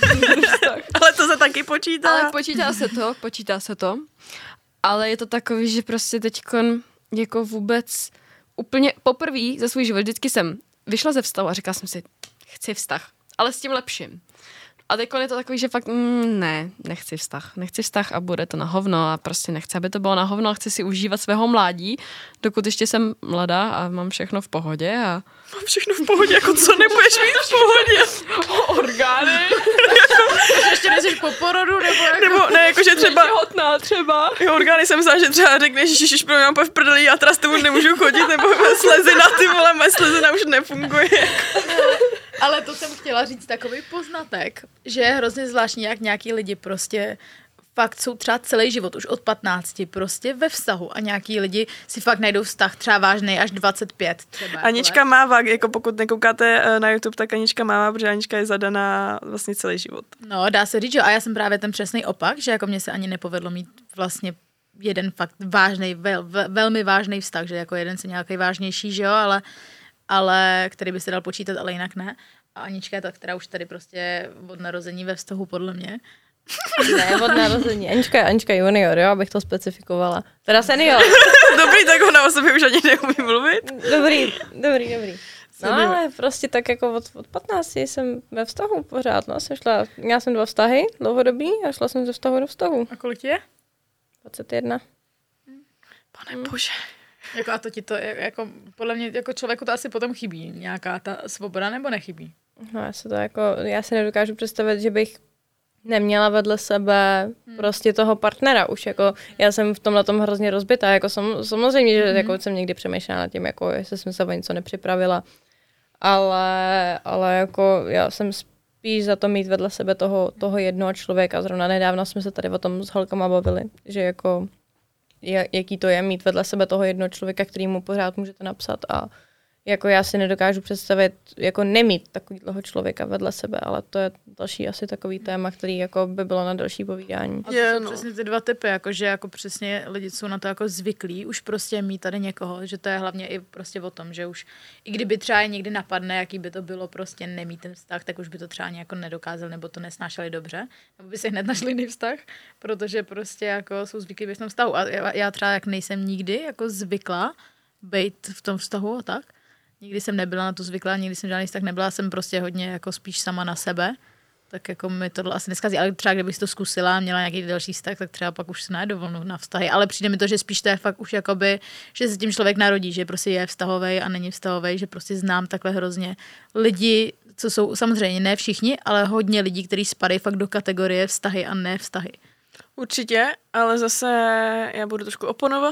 ale to se taky počítá. Ale počítá se to, počítá se to. Ale je to takový, že prostě teďkon jako vůbec úplně poprvé za svůj život vždycky jsem vyšla ze vztahu a říkala jsem si, chci vztah, ale s tím lepším. A teď je to takový, že fakt mm, ne, nechci vztah. Nechci vztah a bude to na hovno a prostě nechci, aby to bylo na hovno a chci si užívat svého mládí, dokud ještě jsem mladá a mám všechno v pohodě. A... Mám všechno v pohodě, jako co nebudeš mít v pohodě? Orgány. Ještě nejsi po porodu, nebo jako... Nebo ne, jakože třeba... Těhotná třeba. Jo, orgány jsem myslela, že třeba řekneš, že pro mě mám v prdeli, já teda s tebou nemůžu chodit, nebo slezina, ty vole, moje slezina už nefunguje. Ale to jsem chtěla říct takový poznatek, že je hrozně zvláštní, jak nějaký lidi prostě fakt jsou třeba celý život, už od patnácti prostě ve vztahu a nějaký lidi si fakt najdou vztah třeba vážnej až dvacet pět třeba. Anička mává, jako pokud nekoukáte na YouTube, tak Anička mává, protože Anička je zadaná vlastně celý život. No, dá se říct, že a já jsem právě ten přesný opak, že jako mně se ani nepovedlo mít vlastně jeden fakt vážnej, vel, vel, velmi vážný vztah, že jako jeden jsem nějaký vážnější, že jo, ale ale který by se dal počítat, ale jinak ne. A Anička je ta, která už tady prostě od narození ve vztahu, podle mě. Ne, od narození. Anička je Anička junior, jo, abych to specifikovala. Teda senior. Dobrý, tak ona o sobě už ani neumí mluvit. Dobrý, dobrý, dobrý. No ale prostě tak jako od, od patnácti jsem ve vztahu pořád, no, jsem šla, měla jsem dva vztahy dlouhodobý a šla jsem ze vztahu do vztahu. A kolik je? dvacet jedna. Pane bože. Jako a to ti to, jako, podle mě jako člověku to asi potom chybí, nějaká ta svoboda, nebo nechybí? No já se to jako, já si nedokážu představit, že bych neměla vedle sebe hmm. prostě toho partnera už, jako já jsem v tomhle tom hrozně rozbitá, jako sam, samozřejmě, že hmm. jako jsem někdy přemýšlela nad tím, jako jestli jsem se o něco nepřipravila, ale, ale jako já jsem spíš za to mít vedle sebe toho, toho jednoho člověka, zrovna nedávno jsme se tady o tom s holkama bavili, že jako jaký to je mít vedle sebe toho jednoho člověka, kterýmu pořád můžete napsat a Jako já si nedokážu představit, jako nemít takového člověka vedle sebe, ale to je další asi takový téma, který jako by bylo na další povídání. A to Je, jsou no. přesně ty dva typy, jako, že jako přesně lidi jsou na to jako zvyklí, už prostě mít tady někoho, že to je hlavně i prostě o tom, že už i kdyby třeba je někdy napadne, jaký by to bylo prostě nemít ten vztah, tak už by to třeba nějak nedokázal, nebo to nesnášeli dobře, nebo by se hned našli jiný vztah, protože prostě jako jsou zvyklí být v tom vztahu. A já, já třeba jak nejsem nikdy jako zvykla být v tom vztahu a tak, nikdy jsem nebyla na to zvyklá, nikdy jsem žádný vztah nebyla, jsem prostě hodně jako spíš sama na sebe, tak jako mi tohle asi neskazí, ale třeba kdybych to zkusila a měla nějaký další vztah, tak třeba pak už se najdu volnou na vztahy, ale přijde mi to, že spíš to je fakt už jakoby, že se tím člověk narodí, že prostě je vztahovej a není vztahovej, že prostě znám takhle hrozně lidi, co jsou samozřejmě ne všichni, ale hodně lidí, kteří spadají fakt do kategorie vztahy a ne vztahy. Určitě, ale zase já budu trošku oponovat.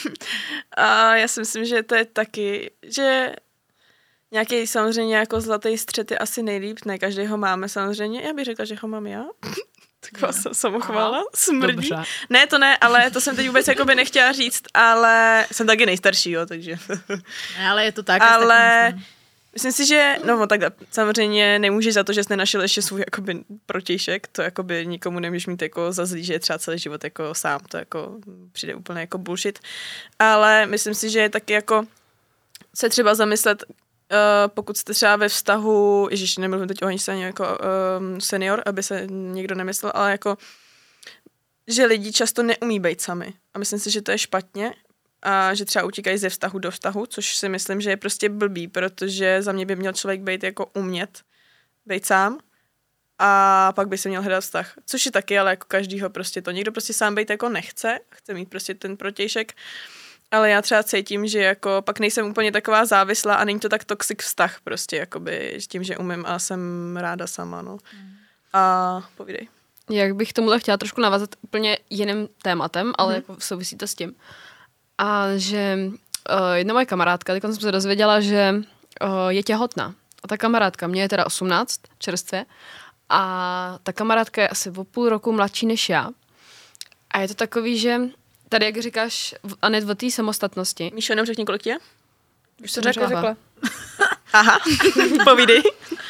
A já si myslím, že to je taky, že nějaký samozřejmě jako zlatý střed je asi nejlíp, ne každý ho máme samozřejmě, já bych řekla, že ho mám já. Taková jsem samochvála, smrdí. Dobře. Ne, to ne, ale to jsem teď vůbec jakoby nechtěla říct, ale jsem taky nejstarší, jo, takže. Ne, ale je to tak. Ale myslím si, že, no tak samozřejmě nemůžeš za to, že jsi nenašel ještě svůj jakoby protějšek, to jakoby nikomu nemůžeš mít jako za zlý, že je třeba celý život jako sám, to jako přijde úplně jako bullshit, ale myslím si, že je taky jako se třeba zamyslet, uh, pokud jste třeba ve vztahu, ježiš, nemluvím teď o ani se jako um, senior, aby se někdo nemyslel, ale jako, že lidi často neumí být sami a myslím si, že to je špatně, a že třeba utíkají ze vztahu do vztahu, což si myslím, že je prostě blbý, protože za mě by měl člověk být jako umět, být sám a pak by se měl hledat vztah, což je taky, ale jako každýho prostě to. Někdo prostě sám být jako nechce, chce mít prostě ten protějšek, ale já třeba cítím, že jako pak nejsem úplně taková závislá a není to tak toxic vztah prostě, jakoby s tím, že umím a jsem ráda sama, no. A povídej. Jak bych tomuhle chtěla trošku navázat úplně jiným tématem, ale mm. jako souvisí to s tím. A že uh, jedna moje kamarádka, teď jsem se dozvěděla, že uh, je těhotná. A ta kamarádka, mě je teda osmnáct, čerstvě, a ta kamarádka je asi o půl roku mladší než já. A je to takový, že tady, jak říkáš, Anet, o té samostatnosti. Míšo, jenom řekni, kolik je? Už to řekla. řekla. Aha, povídej.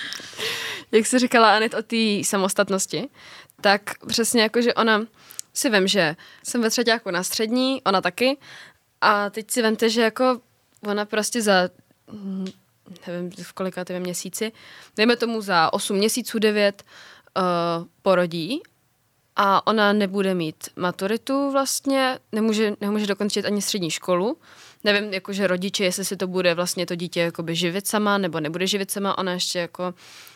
Jak jsi říkala, Anet, o té samostatnosti, tak přesně jako, že ona si vem, že jsem ve třetíku na střední, ona taky, a teď si vemte, že jako ona prostě za, nevím, v kolika tyhle měsíci, dejme tomu za osm měsíců, devět, uh, porodí a ona nebude mít maturitu vlastně, nemůže, nemůže dokončit ani střední školu. Nevím, jakože rodiče, jestli si to bude vlastně to dítě jakoby živit sama, nebo nebude živit sama, ona ještě jako,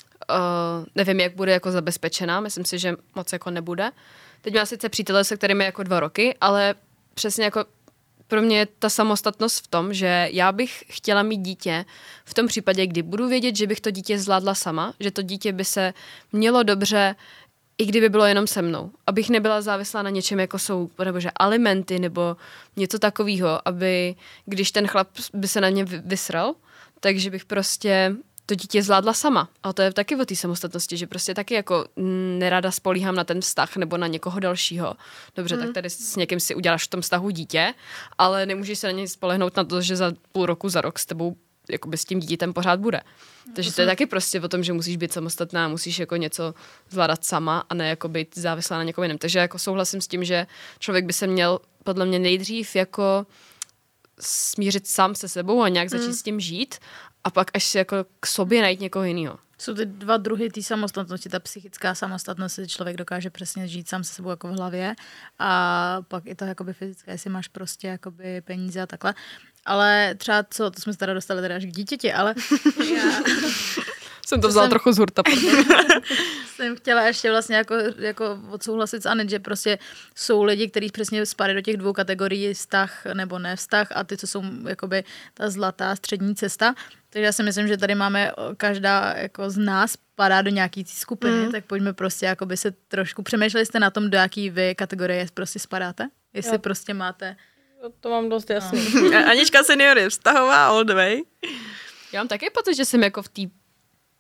uh, nevím, jak bude jako zabezpečená, myslím si, že moc jako nebude. Teď má sice přítele, se kterými je jako dva roky, ale přesně jako pro mě je ta samostatnost v tom, že já bych chtěla mít dítě v tom případě, kdy budu vědět, že bych to dítě zvládla sama, že to dítě by se mělo dobře, i kdyby bylo jenom se mnou. Abych nebyla závislá na něčem, jako jsou nebo že alimenty nebo něco takového, aby když ten chlap by se na mě vysral, takže bych prostě to dítě zvládla sama. A to je taky o té samostatnosti, že prostě taky jako nerada spolíhám na ten vztah nebo na někoho dalšího. Dobře, hmm. tak tady s někým si uděláš v tom vztahu dítě, ale nemůžeš se na něj spolehnout na to, že za půl roku, za rok s tebou jakoby s tím dítětem pořád bude. Takže to je taky prostě o tom, že musíš být samostatná, musíš jako něco zvládat sama a ne jako být závislá na někom jiném. Takže jako souhlasím s tím, že člověk by se měl podle mě nejdřív jako smířit sám se sebou a nějak začít hmm. s tím žít a pak až si jako k sobě najít někoho jiného. Jsou ty dva druhy té samostatnosti. Ta psychická samostatnost, že člověk dokáže přesně žít sám se sebou jako v hlavě a pak i to jakoby fyzické, jestli máš prostě jakoby peníze a takhle. Ale třeba co, to jsme se teda dostali teda až k dítěti, ale já... jsem to vzala jsem... trochu z hurta. jsem chtěla ještě vlastně jako, jako odsouhlasit s Anet, že prostě jsou lidi, kteří přesně spadají do těch dvou kategorií, vztah nebo ne vztah a ty, co jsou jakoby ta zlatá střední cesta. Takže já si myslím, že tady máme, každá jako z nás padá do nějaký skupiny, mm. tak pojďme prostě jakoby se trošku, přemýšleli jste na tom, do jaký vy kategorie prostě spadáte? Jestli jo. prostě máte... To mám dost jasný. No. Anička senior je vztahová all the way. Já mám taky pocit, že jsem jako v té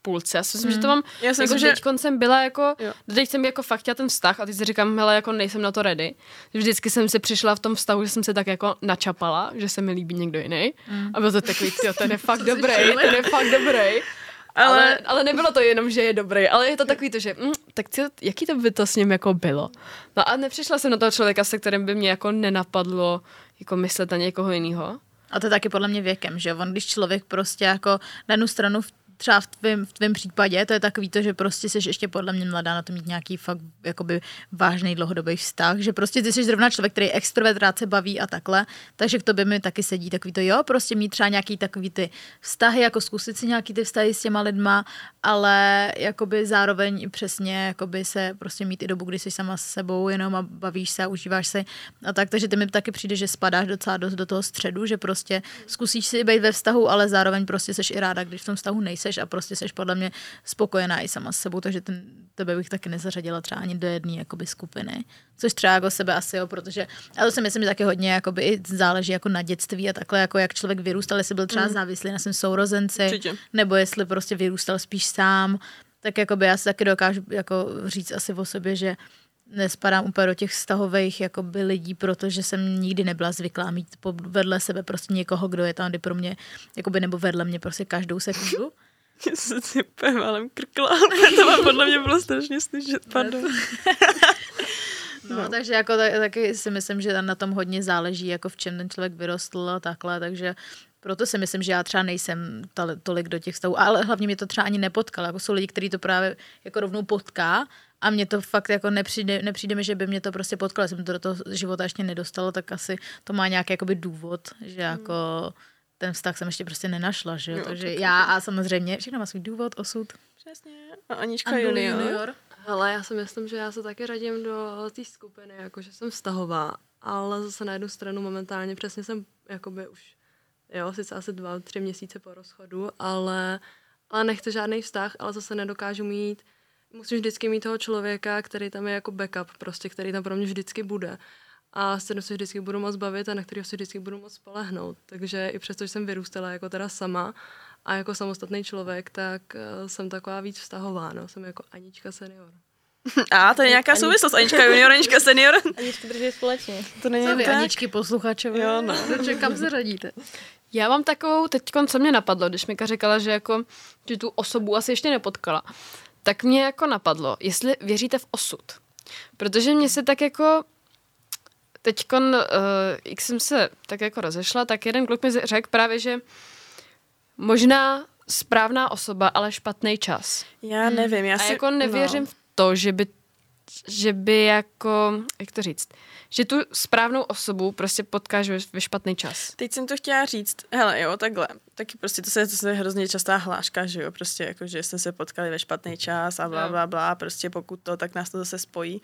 půlce. Já si myslím, mm. že to mám, Já si jako myslím, že... teď jsem byla jako, Jo. teď jsem jako fakt chtěla ten vztah a teď si říkám, hele, jako nejsem na to ready. Vždycky jsem si přišla v tom vztahu, že jsem se tak jako načapala, že se mi líbí někdo jiný. Mm. A bylo to takový, tyjo, ten je fakt dobrý, ten je fakt dobrý. Ale, ale, ale nebylo to jenom, že je dobrý, ale je to takový to, že mm, tak tyjo, jaký to by to s ním jako bylo. No a nepřišla jsem na toho člověka, se kterým by mě jako nenapadlo jako myslet na někoho jiného. A to je taky podle mě věkem, že on, když člověk prostě jako na jednu stranu třeba v tvém, v tvém případě, to je takový to, že prostě jsi ještě podle mě mladá na to mít nějaký fakt jakoby vážný dlouhodobý vztah, že prostě ty jsi zrovna člověk, který extrovert, rád se baví a takhle, takže k tobě mi taky sedí takový to, jo, prostě mít třeba nějaký takový ty vztahy, jako zkusit si nějaký ty vztahy s těma lidma, ale jakoby zároveň i přesně jakoby se prostě mít i dobu, kdy jsi sama s sebou jenom a bavíš se a užíváš se a tak, takže ty mi taky přijde, že spadáš docela dost do toho středu, že prostě zkusíš si být ve vztahu, ale zároveň prostě seš i ráda, když v tom vztahu nejseš a prostě seš podle mě spokojená i sama s sebou, takže ten, tebe bych taky nezařadila třeba ani do jedné jakoby skupiny, což třeba jako sebe asi jo, protože, ale to si myslím, že taky hodně jakoby i záleží jako na dětství a takhle, jako jak člověk vyrůstal, jestli byl třeba mm. závislý na svém sourozenci, Určitě. nebo jestli prostě vyrůstal spíš sám, tak jakoby já si taky dokážu jako říct asi o sobě, že nespadám úplně do těch vztahových jakoby lidí, protože jsem nikdy nebyla zvyklá mít vedle sebe prostě někoho, kdo je tam, kdy pro mě, jakoby, nebo vedle mě prostě každou sekundu. Já jsem si úplně málem krkla, to má podle mě bylo strašně slyšet, pardon. No, no, takže jako tak, taky si myslím, že na tom hodně záleží, jako v čem ten člověk vyrostl a takhle, takže proto si myslím, že já třeba nejsem tolik do těch vztahů, ale hlavně mě to třeba ani nepotkalo, jako jsou lidi, kteří to právě jako rovnou potká a mně to fakt jako nepřijde, nepřijde mi, že by mě to prostě potkalo, jsem to do toho života ještě nedostala, tak asi to má nějaký jakoby důvod, že jako ten vztah jsem ještě prostě nenašla, že jo, jo takže já a samozřejmě všechno má svůj důvod, osud. Přesně. A Anička junior. junior. Hele, já si myslím, že já se taky radím do té skupiny, jakože jsem vztahová, ale zase na jednu stranu momentálně přesně jsem jakoby už, jo, sice asi dva, tři měsíce po rozchodu, ale, ale nechci žádný vztah, ale zase nedokážu mít, musím vždycky mít toho člověka, který tam je jako backup, prostě, který tam pro mě vždycky bude. A s kterým se vždycky budu moc bavit a na kterého se vždycky budu moc spolehnout. Takže i přesto, že jsem vyrůstala jako teda sama a jako samostatný člověk, tak uh, jsem taková víc vztahová, no. Jsem jako Anička senior. A to je nějaká Anička. souvislost. Anička junior, Anička senior. Aničky drží společně. To není Co vy, tak? Aničky posluchačové? Jo, no. Protože kam se řadíte? Já mám takovou, teďkon, co mě napadlo, když Mika říkala, že jako, že tu osobu asi ještě nepotkala, tak mě jako napadlo, jestli věříte v osud. Protože mě se tak jako teďkon, uh, jak jsem se tak jako rozešla, tak jeden kluk mi řekl právě, že možná správná osoba, ale špatný čas. Já nevím, já A si... jako nevěřím no. v to, že by, že by jako, jak to říct, že tu správnou osobu prostě potkáš ve, ve špatný čas. Teď jsem to chtěla říct, hele jo, takhle, taky prostě to se, to se hrozně častá hláška, že jo, prostě jako, že jsme se potkali ve špatný čas a bla, bla, bla, prostě pokud to, tak nás to zase spojí.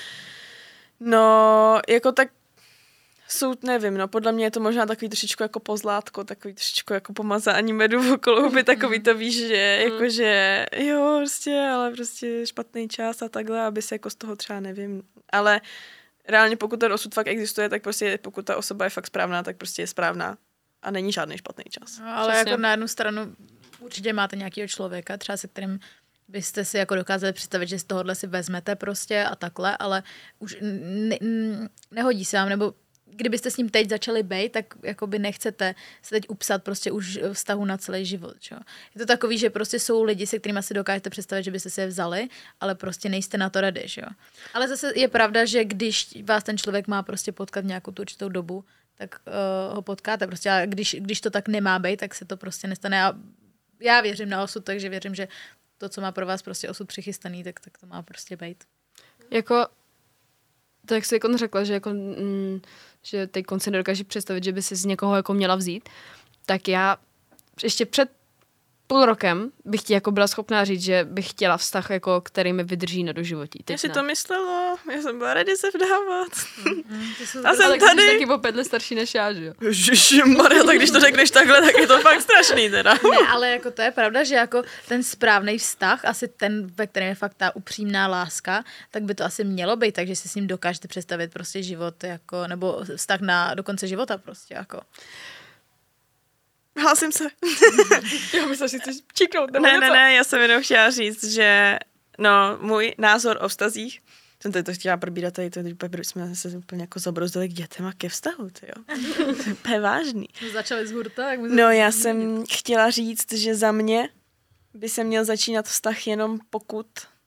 No, jako tak jsou, nevím, no, podle mě je to možná takový trošičku jako pozlátko, takový trošičku jako pomazání medu okolo huby, takový to víš, že jakože jo, prostě, ale prostě špatný čas a takhle, aby se jako z toho třeba nevím, ale reálně pokud ten osud fakt existuje, tak prostě pokud ta osoba je fakt správná, tak prostě je správná a není žádný špatný čas. No, ale Přesně. jako na jednu stranu určitě máte nějakého člověka, třeba se kterým byste si jako dokázali představit, že z tohohle si vezmete prostě a takhle, ale už ne, nehodí se vám, nebo kdybyste s ním teď začali bejt, tak jakoby nechcete se teď upsat prostě už vztahu na celý život. Čo? Je to takový, že prostě jsou lidi, se kterými si dokážete představit, že byste si je vzali, ale prostě nejste na to rady. Čo? Ale zase je pravda, že když vás ten člověk má prostě potkat nějakou tu určitou dobu, tak uh, ho potkáte prostě. A když, když to tak nemá být, tak se to prostě nestane. A já věřím na osud, takže věřím, že to, co má pro vás prostě osud přichystaný, tak, tak to má prostě být. Jako, to jak jsi jako řekla, že jako, mm, že teď si nedokážeš představit, že by si z někoho jako měla vzít, tak já ještě před půl rokem bych ti jako byla schopná říct, že bych chtěla vztah, jako, který mi vydrží na doživotí. Já si ne. to myslela, já jsem byla ready se vdávat. Mm, to jsou A jsem Ale tady. jsi taky o pět let starší než já, že jo? Ježišmarja, tak když to řekneš takhle, tak je to fakt strašný teda. Ne, ale jako to je pravda, že jako ten správný vztah, asi ten, ve kterém je fakt ta upřímná láska, tak by to asi mělo být, takže si s ním dokážete představit prostě život, jako, nebo vztah na do konce života prostě, jako. Hlásím se. Já myslím, že chceš číknout. Ne, ne, ne, já jsem jenom chtěla říct, že no, můj názor o vztazích, jsem tady to chtěla probírat, tady to, tady jsme se úplně jako zabrouzdali k dětem a ke vztahu, tyjo. To je úplně vážný. Začali z hurta, jak No, já jsem chtěla říct, že za mě by se měl začínat vztah jenom pokud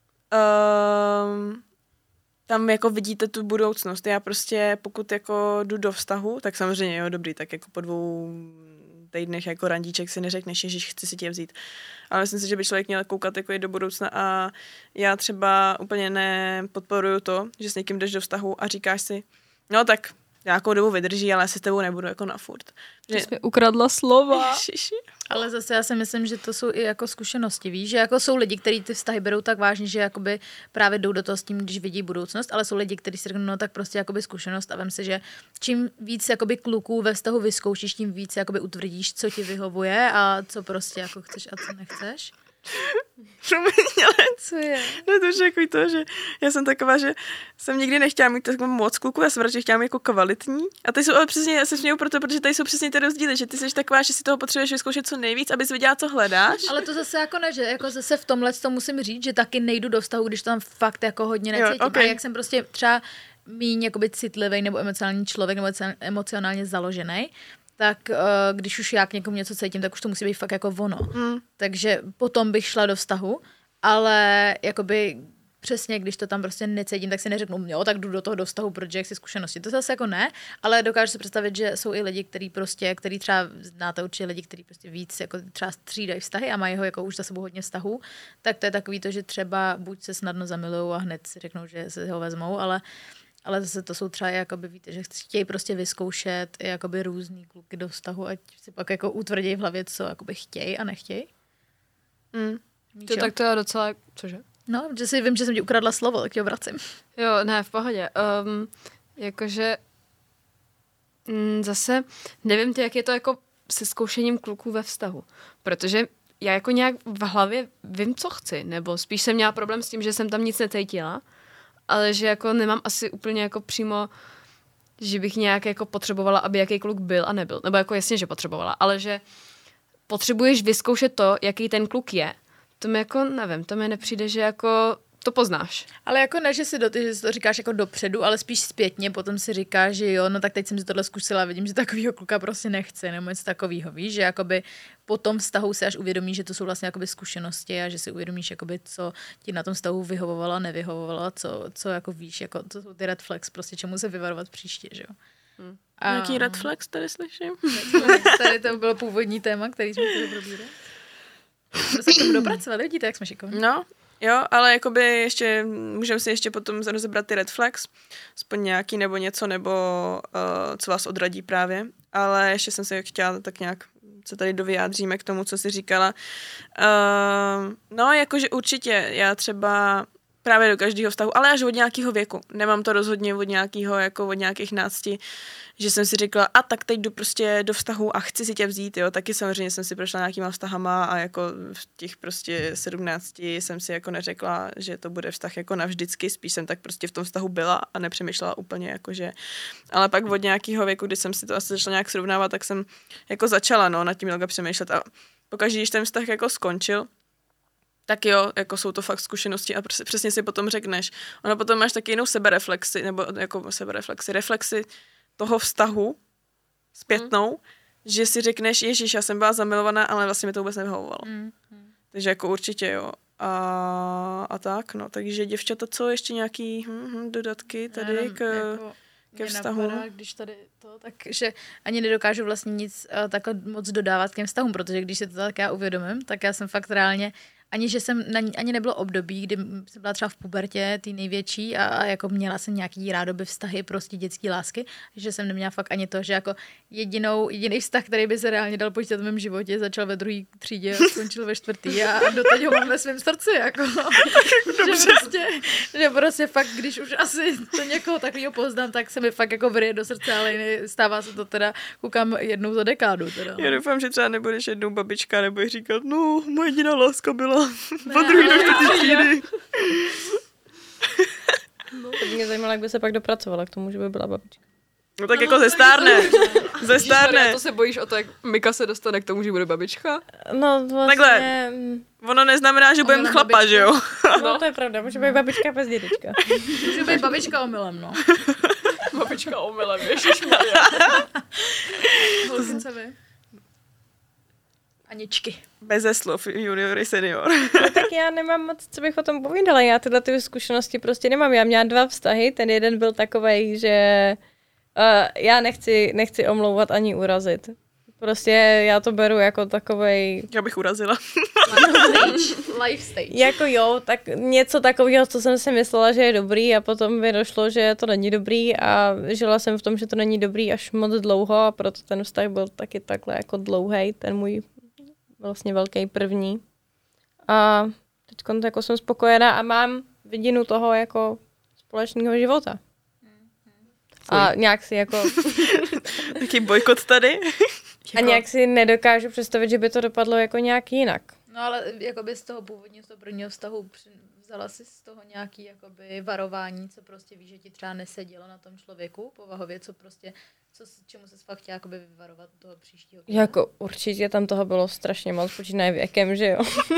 um, tam jako vidíte tu budoucnost. Já prostě, pokud jako jdu do vztahu, tak samozřejmě, jo, dobrý, tak jako po dvou týdnech jako randíček si neřekneš, že chci si tě vzít. Ale myslím si, že by člověk měl koukat jako i do budoucna a já třeba úplně nepodporuju to, že s někým jdeš do vztahu a říkáš si, no tak nějakou dobu vydrží, ale já si s tebou nebudu jako na furt. Že jsi mi ukradla slova. Ježiši. Ale zase já si myslím, že to jsou i jako zkušenosti, víš, že jako jsou lidi, kteří ty vztahy berou tak vážně, že jakoby právě jdou do toho s tím, když vidí budoucnost, ale jsou lidi, kteří si řeknou, no tak prostě jakoby zkušenost a vem si, že čím víc jakoby kluků ve vztahu vyzkoušíš, tím víc jakoby utvrdíš, co ti vyhovuje a co prostě jako chceš a co nechceš. Promiň, ale Co je? no to už je jako to, že já jsem taková, že jsem nikdy nechtěla mít tak moc kluků, já jsem radši chtěla mít jako kvalitní. A ty jsou ale přesně, já se směju proto, protože tady jsou přesně ty rozdíly, že ty jsi taková, že si toho potřebuješ vyzkoušet co nejvíc, abys věděla, co hledáš. Ale to zase jako ne, že jako zase v tomhle to musím říct, že taky nejdu do vztahu, když to tam fakt jako hodně necítím. Jo, okay. A jak jsem prostě třeba míň jakoby citlivý nebo emocionální člověk nebo emocionálně založený, tak uh, když už já k někomu něco cítím, tak už to musí být fakt jako ono. Mm. Takže potom bych šla do vztahu, ale jakoby přesně, když to tam prostě necítím, tak si neřeknu, jo, tak jdu do toho do vztahu, protože chci zkušenosti. To zase jako ne, ale dokážu si představit, že jsou i lidi, kteří prostě, který třeba znáte určitě lidi, kteří prostě víc jako třeba střídají vztahy a mají ho jako už za sebou hodně vztahů, tak to je takový to, že třeba buď se snadno zamilujou a hned si řeknou, že se ho vezmou, ale Ale zase to jsou třeba, jakoby víte, že chtějí prostě vyzkoušet jakoby různý kluky do vztahu, ať si pak jako utvrdí v hlavě, co jakoby chtějí a nechtějí. Mm. To, tak to je docela, cože? No, že si vím, že jsem ti ukradla slovo, tak ti ho vracím. Jo, ne, v pohodě. Um, jakože mm, zase nevím, ty, jak je to jako se zkoušením kluků ve vztahu, protože já jako nějak v hlavě vím, co chci, nebo spíš jsem měla problém s tím, že jsem tam nic necítila, ale že jako nemám asi úplně jako přímo, že bych nějak jako potřebovala, aby jaký kluk byl a nebyl. Nebo jako jasně, že potřebovala, ale že potřebuješ vyzkoušet to, jaký ten kluk je. To mi jako, nevím, to mi nepřijde, že jako to poznáš. Ale jako ne, že si, do, že si to říkáš jako dopředu, ale spíš zpětně, potom si říkáš, že jo, no tak teď jsem si tohle zkusila a vidím, že takovýho kluka prostě nechce, nebo něco takovýho, víš, že jakoby po tom vztahu si až uvědomíš, že to jsou vlastně jakoby zkušenosti a že si uvědomíš, jakoby, co ti na tom vztahu vyhovovalo, nevyhovovalo, co, co jako víš, jako to jsou ty red flags, prostě čemu se vyvarovat příště, že jo. Hmm. A jaký red flags tady slyším? Tady to bylo původní téma, který jsme tady probírali. Prostě k tomu dopracovali, vidíte, jak jsme šikovní. No, jo, ale jakoby ještě, můžeme si ještě potom rozebrat ty red flags, aspoň nějaký nebo něco, nebo uh, co vás odradí právě, ale ještě jsem se chtěla tak nějak se tady dovyjádříme k tomu, co jsi říkala. Uh, no, jakože určitě, já třeba právě do každého vztahu, ale až od nějakého věku. Nemám to rozhodně od nějakého, jako od nějakých nácti, že jsem si řekla, a tak teď jdu prostě do vztahu a chci si tě vzít, jo. Taky samozřejmě jsem si prošla nějakýma vztahama a jako v těch prostě sedmnácti jsem si jako neřekla, že to bude vztah jako navždycky, spíš jsem tak prostě v tom vztahu byla a nepřemýšlela úplně jako, že... Ale pak od nějakého věku, kdy jsem si to asi začala nějak srovnávat, tak jsem jako začala, no, nad tím dlouho přemýšlet a pokaždé, když ten vztah jako skončil, tak jo, jako jsou to fakt zkušenosti a přesně si potom řekneš. Ono potom máš taky jinou sebereflexi, nebo jako sebereflexi, reflexi toho vztahu zpětnou, mm. že si řekneš, ježiš, já jsem byla zamilovaná, ale vlastně mi to vůbec nevyhovovalo. Mm. Takže jako určitě jo. A, a tak, no. Takže děvčata, co ještě nějaký hm, hm, dodatky tady Jenom, k, jako ke vztahu? Napadá, když tady to, takže ani nedokážu vlastně nic uh, takhle moc dodávat k těm vztahům, protože když si to tak já uvědomím, tak já jsem fakt reálně ani, že jsem, na, ani nebylo období, kdy jsem byla třeba v pubertě, ty největší a, a jako měla jsem nějaký rádoby vztahy, prostě dětský lásky, že jsem neměla fakt ani to, že jako jedinou, jediný vztah, který by se reálně dal počítat v mém životě, začal ve druhé třídě a skončil ve čtvrtý a doteď ho mám ve svém srdci, jako. že, prostě, že prostě fakt, když už asi to někoho takového poznám, tak se mi fakt jako vrije do srdce, ale stává se to teda, koukám jednou za dekádu. Teda. Já doufám, že třeba nebudeš jednou babička, nebo říkat, no, moje jediná láska byla po druhý do čtvrtý třídy. No. To by mě zajímalo, jak by se pak dopracovala k tomu, že by byla babička. No tak jako ze stárne. Ze Ježišmarja, stárne. to se bojíš o to, jak Mika se dostane k tomu, že bude babička? No vlastně... Takhle. Ono neznamená, že budeme Omylem chlapa, babička. že jo? No to je pravda, může být babička bez dědečka. Může být babička omylem, no. Babička omylem, ježišmarja. Holzince vy. Aničky. Beze slov, junior i senior. No, tak já nemám moc, co bych o tom povídala. Já tyhle ty zkušenosti prostě nemám. Já měla dva vztahy. Ten jeden byl takovej, že uh, já nechci, nechci omlouvat ani urazit. Prostě já to beru jako takovej... Já bych urazila. Stage. Life stage. Jako jo, tak něco takového, co jsem si myslela, že je dobrý a potom mi došlo, že to není dobrý a žila jsem v tom, že to není dobrý až moc dlouho a proto ten vztah byl taky takhle jako dlouhej, ten můj vlastně velký první. A teď jako jsem spokojená a mám vidinu toho jako společného života. A nějak si jako... Taký bojkot tady. A nějak si nedokážu představit, že by to dopadlo jako nějak jinak. No ale jakoby z toho původního, z toho prvního vztahu při- vzala si z toho nějaký jakoby varování, co prostě víš, že ti třeba nesedělo na tom člověku povahově, co prostě, co, čemu se fakt chtěla jakoby vyvarovat do toho příštího. Jako určitě tam toho bylo strašně moc, počínaje věkem, že jo.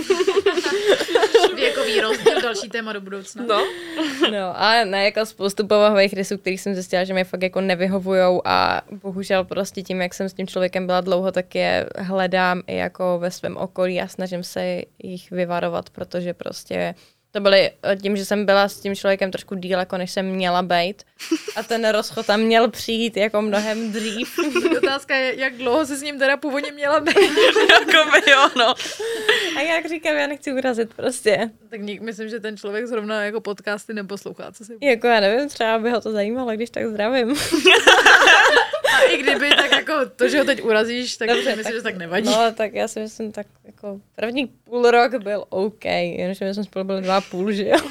Věkový rozdíl, další téma do budoucna. No. No a ne jako spoustu povahových rysů, kterých jsem zjistila, že mi fakt jako nevyhovujou a bohužel prostě tím, jak jsem s tím člověkem byla dlouho, tak je hledám i jako ve svém okolí a snažím se jich vyvarovat, protože prostě to byly tím, že jsem byla s tím člověkem trošku díl, jako než jsem měla být. A ten rozchod tam měl přijít jako mnohem dřív. Otázka je, jak dlouho jsi s ním teda původně měla být. Jakoby jo, no. A jak říkám, já nechci urazit prostě. Tak nik, myslím, že ten člověk zrovna jako podcasty neposlouchá, co si... Jako já nevím, třeba by ho to zajímalo, když tak zdravím. A i kdyby, tak jako to, že ho teď urazíš, tak Dobře, myslím, tak- že tak nevadí. No, tak já si myslím, tak jako první půl rok byl OK, jenomže my jsme spolu byli dva a půl, že jo.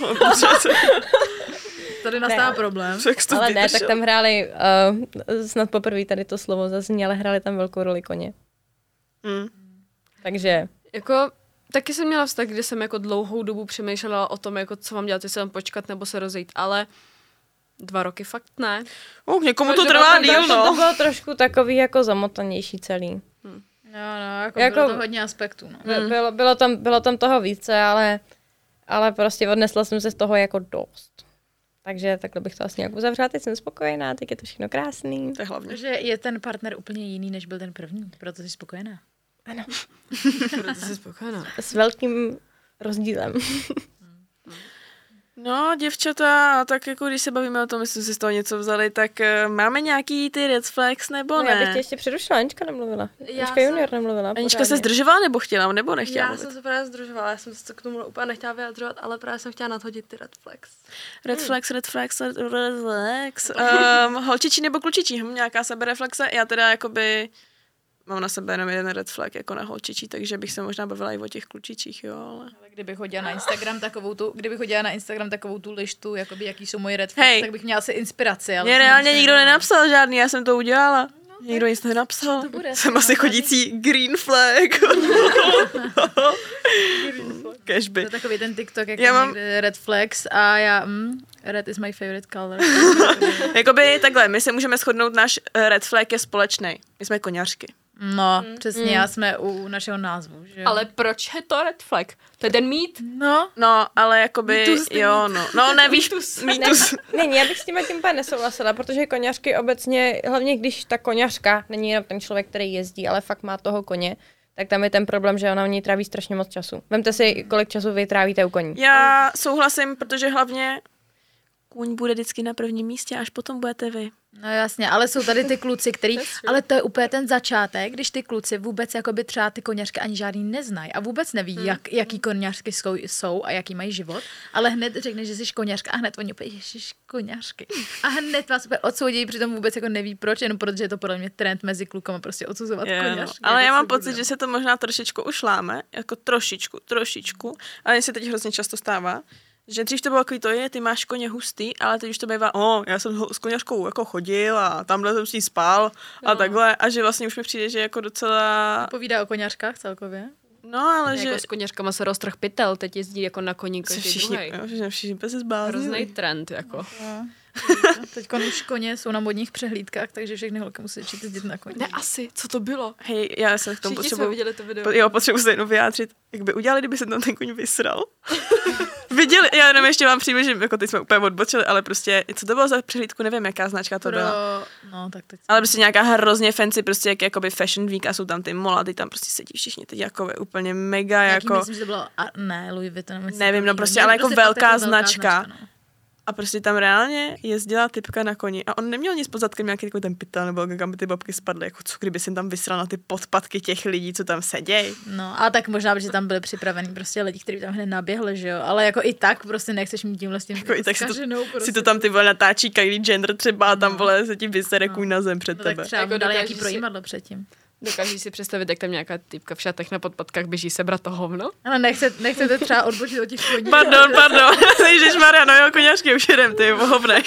Tady nastává Ne. problém. Co, jak jsi to Ale ne, vydržel? tak tam hráli, uh, snad poprvé tady to slovo zazní, ale hráli tam velkou roli koně. Hmm. Takže Jako, taky jsem měla vztah, kde jsem jako dlouhou dobu přemýšlela o tom, jako co mám dělat, jestli mám počkat nebo se rozejít, ale dva roky fakt ne. Uh, někomu No, to že trvá tak díl, to, to no. bylo trošku takový jako zamotanější celý. No, no, jako, Jako- bylo to hodně aspektů, no. By- Bylo, bylo, tam, bylo tam toho více, ale, ale prostě odnesla jsem se z toho jako dost. Takže takhle bych to asi nějak uzavřela, teď jsem spokojená, teď je to všechno krásný. To je hlavně. Že je ten partner úplně jiný, než byl ten první, proto jsi spokojená. Proto jsi spokojená. S velkým rozdílem. No, děvčata, tak jako když se bavíme o tom, jestli si z toho něco vzali, tak uh, máme nějaký ty red flags nebo No, ne? já bych tě ještě přerušila, Anička nemluvila. Já Anička jsem- junior nemluvila. Anička pořádně. se zdržovala nebo chtěla, nebo nechtěla Já mluvit? jsem se právě zdržovala, já jsem se k tomu úplně nechtěla vyjadřovat, ale právě jsem chtěla nadhodit ty red flags. Red flags, red flags, red, red flags. Um, holčičí nebo klučičí? Hm, nějaká sebereflexe? Já teda jakoby mám na sebe jenom jeden red flag jako na holčičí, takže bych se možná bavila i o těch klučičích, jo, ale... Ale kdybych hodila na Instagram takovou tu, kdybych hodila na Instagram takovou tu listu, jakoby jaký jsou moje red flags, Hej. tak bych měla asi inspiraci. Ale Mě jsem reálně prostě nikdo nevěděla. nenapsal žádný, já jsem to udělala. Nikdo nic nenapsal. to bude? Jsem To asi má chodící green flag. To Cashby. je takový ten TikTok, jak Já já mám- mám red flags a já, mm, red is my favorite color. Jakoby takhle, my se můžeme shodnout, náš eh, red flag je společný. My jsme koňařky. No, přesně, já jsme u našeho názvu, že jo? Ale proč je to red flag? To je ten mít? No, No, ale jakoby, Mýtus, ty jo, no. No, nevíš, mýtus. Není, já bych s tím tím úplně nesouhlasila, protože koňařky obecně, hlavně když ta koňařka není jenom ten člověk, který jezdí, ale fakt má toho koně, tak tam je ten problém, že ona u něj tráví strašně moc času. Vemte si, kolik času vy trávíte u koní. Já souhlasím, protože hlavně kůň bude vždycky na prvním místě, až potom budete vy. no jasně, ale jsou tady ty kluci, který, ale to je úplně ten začátek, když ty kluci vůbec jakoby třeba ty koněřky ani žádný neznají a vůbec neví, hmm. jak, jaký koněřky jsou, jsou a jaký mají život, ale hned řekne, že jsi koněřka a hned oni úplně, ježiš, koněřky. A hned vás úplně odsoudí, přitom vůbec jako neví proč, jenom protože je to podle mě trend mezi klukama prostě odsuzovat Je, no. koněřky. Ale jako já mám si pocit, budem. že se to možná trošičku ušláme, jako trošičku, trošičku, ale mně se teď hrozně často stává, že dřív to bylo takový to je, ty máš koně hustý, ale teď už to bývá, o, já jsem ho- s koněřkou jako chodil a tamhle jsem s ní spal a No. takhle a že vlastně už mi přijde, že jako docela, Povídá o koněřkách celkově. no ale že Jako s koněřkama se roztrh pytel, teď jezdí jako na koní se každý všichni, druhý. jo, že všichni bez se zbláznili. Hrozný trend, jako. No. Teď už koně jsou na modních přehlídkách, takže všechny holky musí začít jezdit na koně. Ne, asi, co to bylo? Hej, já jsem k tomu Všichni jsme potřebuji... viděli to video. Jo, potřebuji se jenom vyjádřit. Jak by udělali, kdyby se tam ten koň vysral? Viděli, já jenom ještě vám přijde, že jako teď jsme úplně odbočili, ale prostě, co to bylo za přehlídku, nevím, jaká značka to Pro... byla. No, tak teď... Ale prostě nějaká hrozně fancy, prostě jak jakoby Fashion Week a jsou tam ty mola, ty tam prostě sedí všichni, teď jako úplně mega Nějaký, jako... myslím, že to bylo, a, ne, Louis Vuitton. Myslím, Nevím, no prostě, ale jako velká značka. A prostě tam reálně jezdila typka na koni a on neměl nic pod zadkem, nějaký takový ten pytel, nebo kam by ty babky spadly, jako co kdyby jsem tam vysral na ty podpatky těch lidí, co tam sedějí. No, ale tak možná, protože tam byli připravení prostě lidi, kteří tam hned naběhli, že jo, ale jako i tak prostě nechceš mít tímhle s tím Jako i tak si to, zkaženou, prostě. si to tam ty vole natáčí Kylie Jenner třeba a tam No. vole se ti vysere No. kůň na zem před No, tebe. tak třeba Jako jako dali dokážeš nějaký si- projímadlo předtím. Dokážeš si představit, jak tam nějaká typka v šatech na podpatkách běží sebrat to hovno? Ale nechce, nechcete třeba odbočit od těch koní. Pardon, pardon, ježišmarja, no jo, koňařky, už jedem, ty, v hovnech.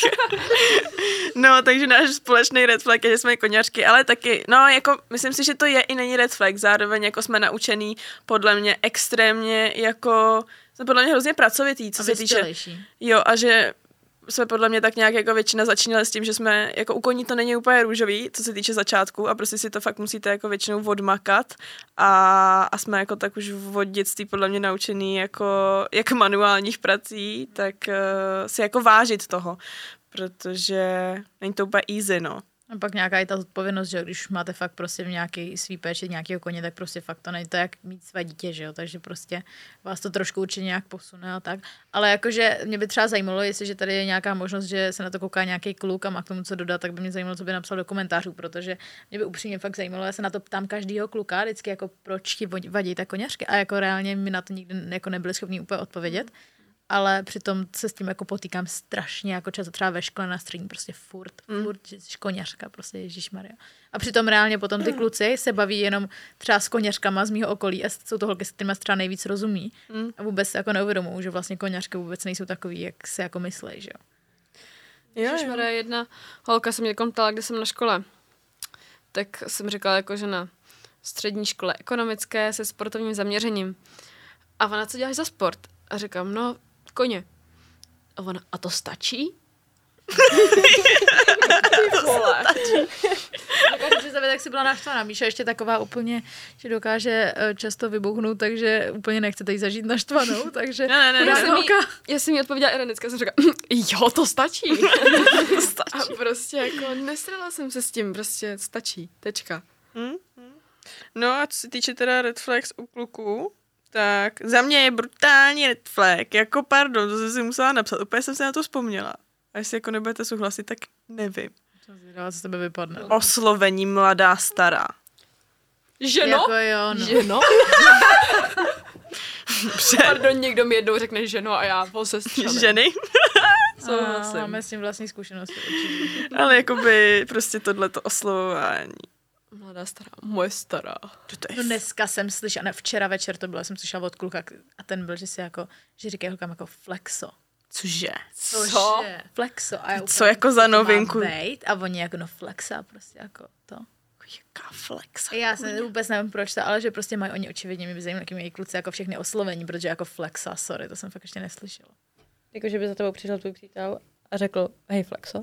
No, takže náš společný red flag je, že jsme koňařky, ale taky, no, jako, myslím si, že to je i není red flag, zároveň jako jsme naučený, podle mě, extrémně, jako, jsme podle mě hrozně pracovitý, co A se týče, vyspělejší. jo, a že jsme podle mě tak nějak jako většina začínali s tím, že jsme, jako u koní to není úplně růžový, co se týče začátku a prostě si to fakt musíte jako většinou odmakat a, a jsme jako tak už od dětství podle mě naučený jako, jak manuálních prací, tak uh, si jako vážit toho, protože není to úplně easy, no. A pak nějaká i ta zodpovědnost, že jo, když už máte fakt prostě v nějaký svý péči nějakého koně, tak prostě fakt to není to, jak mít své dítě, že jo, takže prostě vás to trošku určitě nějak posune a tak. Ale jakože mě by třeba zajímalo, jestliže tady je nějaká možnost, že se na to kouká nějaký kluk a má k tomu co dodat, tak by mě zajímalo, co by napsal do komentářů, protože mě by upřímně fakt zajímalo, já se na to ptám každýho kluka, vždycky jako proč ti vadí ta koněřky a jako reálně mi na to nikdy jako nebyli schopni úplně odpovědět. Ale přitom se s tím jako potýkám strašně, jako často třeba ve škole na střední, prostě furt, mm. furt, že jsi koněřka, prostě ježišmarja. A přitom reálně potom ty kluci se baví jenom třeba s koněřkama z mýho okolí a jsou to holky, s kterými třeba nejvíc rozumí. Mm. A vůbec se jako neuvědomují, že vlastně koněřky vůbec nejsou takový, jak se jako myslej, že jo. Jo, Ježišmarja, jedna holka se mě kontala, kde jsem na škole. Tak jsem říkala jako, že na střední škole ekonomické se sportovním zaměřením. A ona, co děláš za sport? A říkám, no, koně. A ona, a to stačí? To stačí. Dokážu představit, jak jsi byla naštvaná. Míša ještě taková úplně, že dokáže eh, často vybouchnout, takže úplně nechcete jí zažít naštvanou, takže... Ne, ne, ne, Já ne. jsem, jí, já jsem jí odpověděla ironicky, jsem říkala, jo, to stačí. To stačí. A prostě jako nesrala jsem se s tím, prostě stačí, tečka. Hmm? No a co se týče teda red flags u kluků, tak za mě je brutální red flag, jako pardon, to jsem si musela napsat, úplně jsem se na to vzpomněla. A jestli jako nebudete souhlasit, tak nevím. Co z tebe vypadne. Oslovení mladá stará. Ženo? Jako jo, no. Ženo? Pardon, někdo mi jednou řekne ženo a já po sestře. Ženy. Souhlasím. Máme s tím vlastní zkušenosti. Určitě. Ale jakoby prostě tohleto oslovování. Mladá stará, moje stará. To je No dneska jsem slyšela, ne, včera večer to bylo, jsem slyšela od kluka a ten byl, že si jako, že říkají holkám jako flexo. Cože? Co? Flexo. A já Co jako za to má novinku? Bejt, a oni jako no flexa prostě jako to. Jaká flex. Já jsem vůbec nevím proč to, ale že prostě mají oni očividně, mě by zajímalo, jaký mají kluci jako všechny oslovení, protože jako flexa, sorry, to jsem fakt ještě neslyšela. Jakože by za tebou přišel tvůj přítel a řekl, hej Flexo.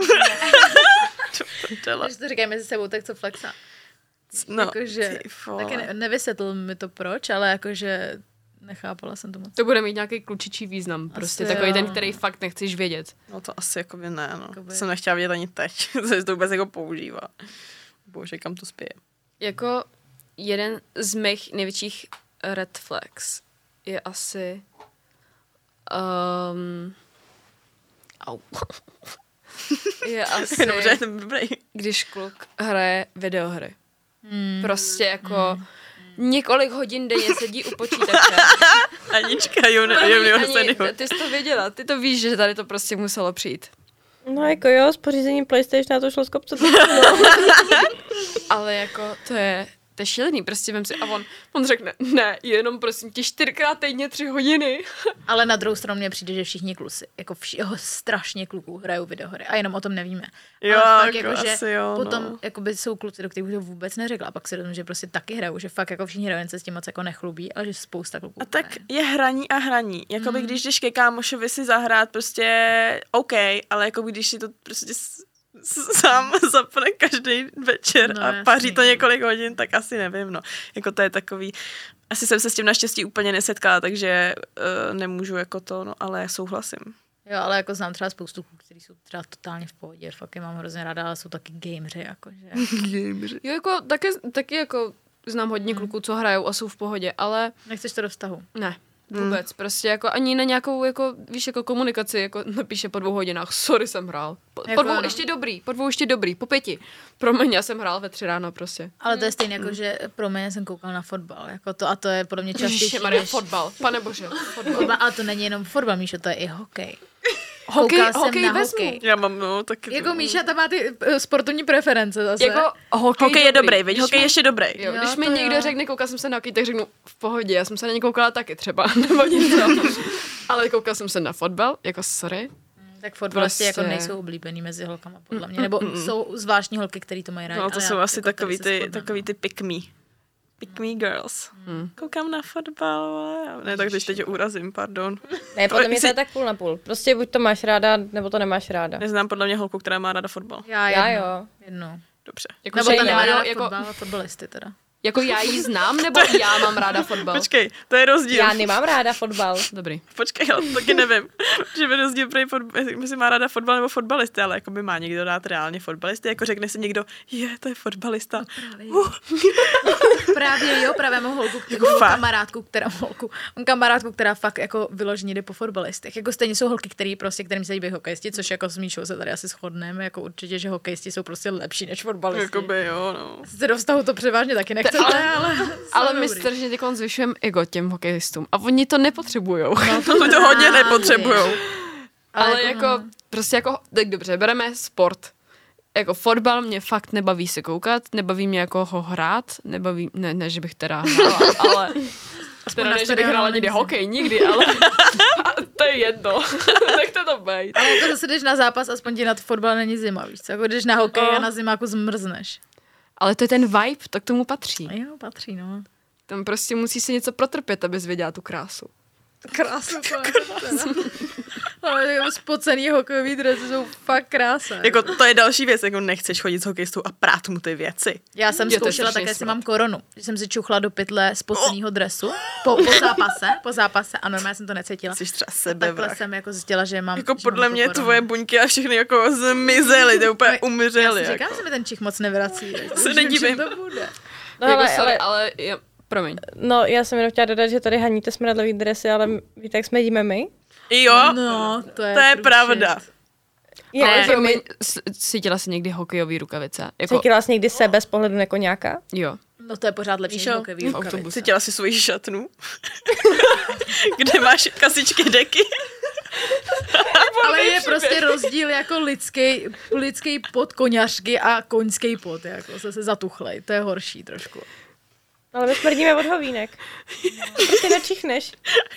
Když to říkají mezi sebou, tak co flexa? No, Jakože, ty vole. taky ne, nevysvětlil mi to proč, ale jakože nechápala jsem to moc. To bude mít nějaký klučičí význam, prostě Asi takový jo. ten, který fakt nechceš vědět. No to asi jako by ne, no. Jakoby- To jsem nechtěla vidět ani teď, co se to vůbec jako používá. Bože, kam to spěje. Jako jeden z mých největších red flags je asi um, au. je asi, Dobře, jsem dobrý. když kluk hraje videohry. Hmm. Prostě jako několik hodin denně sedí u počítače. Anička, jo, ne, jo, jo, Ani, senior. ty jsi to věděla, ty to víš, že tady to prostě muselo přijít. No jako jo, s pořízením PlayStationa to šlo z kopce. Ale jako to je to je šílený, prostě vem si, a on, on řekne, ne, jenom prosím tě čtyřikrát týdně tři hodiny. Ale na druhou stranu mně přijde, že všichni kluci, jako vši, jo, strašně kluků hrajou videohry a jenom o tom nevíme. Jo, ale fakt jako jako, asi že jo, potom no. jakoby jsou kluci, do kterých to vůbec neřekla, a pak si rozumím, že prostě taky hrajou, že fakt jako všichni hrajou, se s tím moc jako nechlubí, ale že spousta kluků A tak hraje. je hraní a hraní. Jakoby Mm. když jdeš ke kámošovi si zahrát, prostě OK, ale jako když si to prostě s, s, sám zapne každý večer No, a jasný. paří to několik hodin, tak asi nevím, no. Jako to je takový, asi jsem se s tím naštěstí úplně nesetkala, takže uh, nemůžu jako to, no, ale souhlasím. Jo, ale jako znám třeba spoustu kluků, kteří jsou třeba totálně v pohodě, fakt je mám hrozně ráda, ale jsou taky gameři, jakože. Jo, jako taky, taky jako znám hodně kluků, co hrajou a jsou v pohodě, ale Nechceš to do vztahu? ne. Vůbec, hmm. prostě jako ani na nějakou, jako, víš, jako komunikaci, jako napíše po dvou hodinách, sorry, jsem hrál. Po, Jako po dvou ano. ještě dobrý, po dvou ještě dobrý, po pěti. Promiň, já jsem hrál ve tři ráno prostě. Ale to je stejné jako, že pro mě jsem koukal na fotbal, jako to a to je podle mě častější. Ježišmarja, než- fotbal, pane bože, fotbal. Fotbal, ale to není jenom fotbal, Míšo, to je i hokej. Hokej, Koukal jsem hokej na vezmu. hokej. Já mám, no, taky. Jako Míša tam má ty uh, sportovní preference zase. Jako hokej, Hokej je dobrý, viď? Když Hokej mi- ještě dobrý. Jo, Jo, když mi to někdo jo. řekne, koukal jsem se na hokej, tak řeknu v pohodě, já jsem se na ně koukala taky třeba, nebo něco. Ale koukal jsem se na fotbal, jako sorry. Tak fotbalisti Prostě- jako nejsou oblíbený mezi holkama, podle mě. Nebo jsou zvláštní holky, který to mají rádi. No to ale jsou já asi jako tady takový se ty, shodneme. takový ty pick me. Pick me girls. Hmm. Koukám na fotbal, ale... Ne, tak teď teď tě urazím, pardon. Ne, podle mě to si- je tak půl na půl. Prostě buď to máš ráda, nebo to nemáš ráda. Neznám podle mě holku, která má ráda fotbal. Já Já jedno. jo. jedno. Dobře. Jako, Nebo že to já, nemá jo, ráda jako, fotbal a fotbalisty teda. jako já ji znám, nebo já mám ráda fotbal? Počkej, to je rozdíl. Já nemám ráda fotbal. Dobrý. Počkej, ale to taky nevím. Že by rozdíl pro fotbal, jestli má ráda fotbal nebo fotbalisty, ale jako by má někdo rád reálně fotbalisty, jako řekne si někdo, je, to je fotbalista. Uh, Právě jo, právě mám holku, Jako jako fakt? kamarádku, která holku, mám kamarádku, která fakt jako vyloženě jde po fotbalistech. Jako stejně jsou holky, který prostě, kterým se líbí hokejisti, což jako s Míšou se tady asi shodneme, jako určitě, že hokejisti jsou prostě lepší než fotbalisti. Jakoby jo, no. Se do vztahu to převážně taky nechcete, ale, ale, Ale jsou my dobrý. strašně teď zvyšujeme ego těm hokejistům a oni to nepotřebujou. No, To, to hodně právě. nepotřebujou. Ale, Ale jako, jako, prostě jako, tak dobře, bereme sport. Jako fotbal mě fakt nebaví se koukat, nebaví mě jako ho hrát, nebaví, ne, ne že bych teda hrála, ale teda na ne, že bych stadionu hrála nikdy nemyslím. hokej, nikdy, ale to je jedno, nechte to být. ale jako zase jdeš na zápas, aspoň ti na fotbal není zima, víš co? Jako jdeš na hokej No. a na zimáku zmrzneš. Ale to je ten vibe, to k tomu patří. Jo, patří, no. Tam prostě musí se něco protrpět, abys viděla tu krásu. Krásný ale jako spocený hokejový dresy jsou fakt krása. Jako to je další věc, jako nechceš chodit s hokejistou a prát mu ty věci. Já jsem Je to zkoušela strašně také, si smrt. mám koronu. Že jsem si čuchla do pytle spoceného dresu po, po zápase, po zápase a normálně jsem to necítila. Jsi třeba Takhle sebevrah. jsem jako zjistila, že mám Jako že podle mám tu mě koronu. tvoje buňky a všechny jako zmizely, ty úplně Já umřely. si říkám, Jako. že mi ten čich moc nevrací. Jako, Se že- nedívím. že to bude. No, jako ale, sorry, ale, ale, já, promiň. no, já jsem jenom chtěla dodat, že tady haníte smradlavý dresy, ale víte, jak jsme jedíme my? Jo, No, to je, to je průšvih. pravda. Je, Ale že promiň, my s- cítila jsi někdy hokejový rukavice? Jako, cítila jsi někdy sebe z pohledu nekoňáka? jo. No to je pořád lepší než Víšo, hokejový v rukavice. autobuse. Cítila si svoji šatnu? Kde máš kasičky deky? Ale je prostě rozdíl jako lidský, lidský pot koňařky a koňský pot, jako se se zatuchlej. To je horší trošku. Ale my smrdíme od hovínek. Prostě načichneš.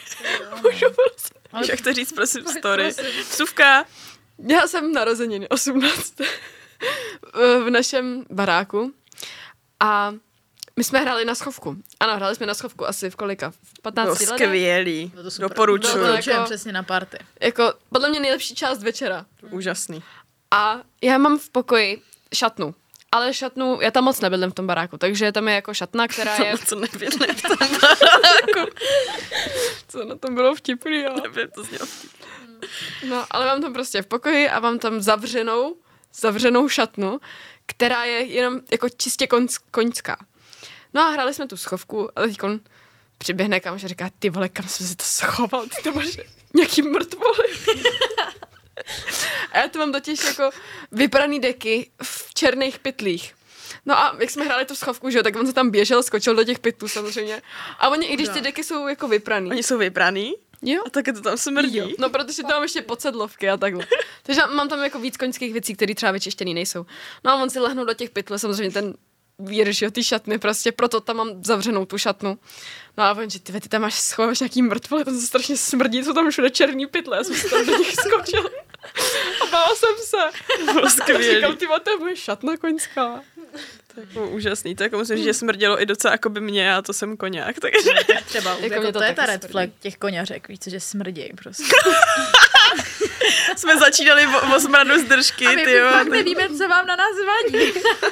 Víš, jak to říct, prosím, story. Suvka. Já jsem narozeniny osmnáct v našem baráku a my jsme hráli na schovku. Ano, hráli jsme na schovku asi v kolika? V No, patnácti letech? skvělý. No to super. Doporučuju. No, to Doporučujem jako- přesně na party. Jako, podle mě nejlepší část večera. Úžasný. A já mám v pokoji šatnu. Ale šatnu, já tam moc nebydlím v tom baráku, takže tam je jako šatna, která je... To, co nebydne v tom baráku. Co na tom bylo vtipný, jo? Nevím, to znělo. No, ale mám tam prostě v pokoji a mám tam zavřenou, zavřenou šatnu, která je jenom jako čistě koň, koňská. No a hráli jsme tu schovku a teď on přiběhne kam, že říká, ty vole, kam jsem si to schoval, ty to máš nějaký mrtvoly. A já tu mám totiž jako vypraný deky v černých pytlích. No a jak jsme hráli tu schovku, že jo, tak on se tam běžel, skočil do těch pytlů samozřejmě. A oni, i když ty deky jsou jako vypraný. Oni jsou vybraný Jo. a taky to tam smrdí. Jo. No, protože tam mám ještě podsedlovky a takhle. Takže mám tam jako víc koňských věcí, které třeba vyčištěný nejsou. No a on si lehnul do těch pytlů, samozřejmě ten vyjdeš do té šatny, prostě proto tam mám zavřenou tu šatnu. No a on, že ty, ty tam máš schováš nějaký mrtvole, to se strašně smrdí, jsou tam všude černý pytle, já jsem si tam do nich skočila. A bála jsem se. Bylo skvělý. Říkal, ty to je moje šatna koňská. To je jako úžasný, to jako musím říct, že smrdělo i docela jako by mě, a to jsem koňák, takže... Třeba Jako jako mě to, to to je ta taky red smrdí. flag těch koňařek, víš co, že smrděj prostě. Jsme začínali o, o smradu z držky, A my tyjo. fakt nevíme, co vám na nás vadí.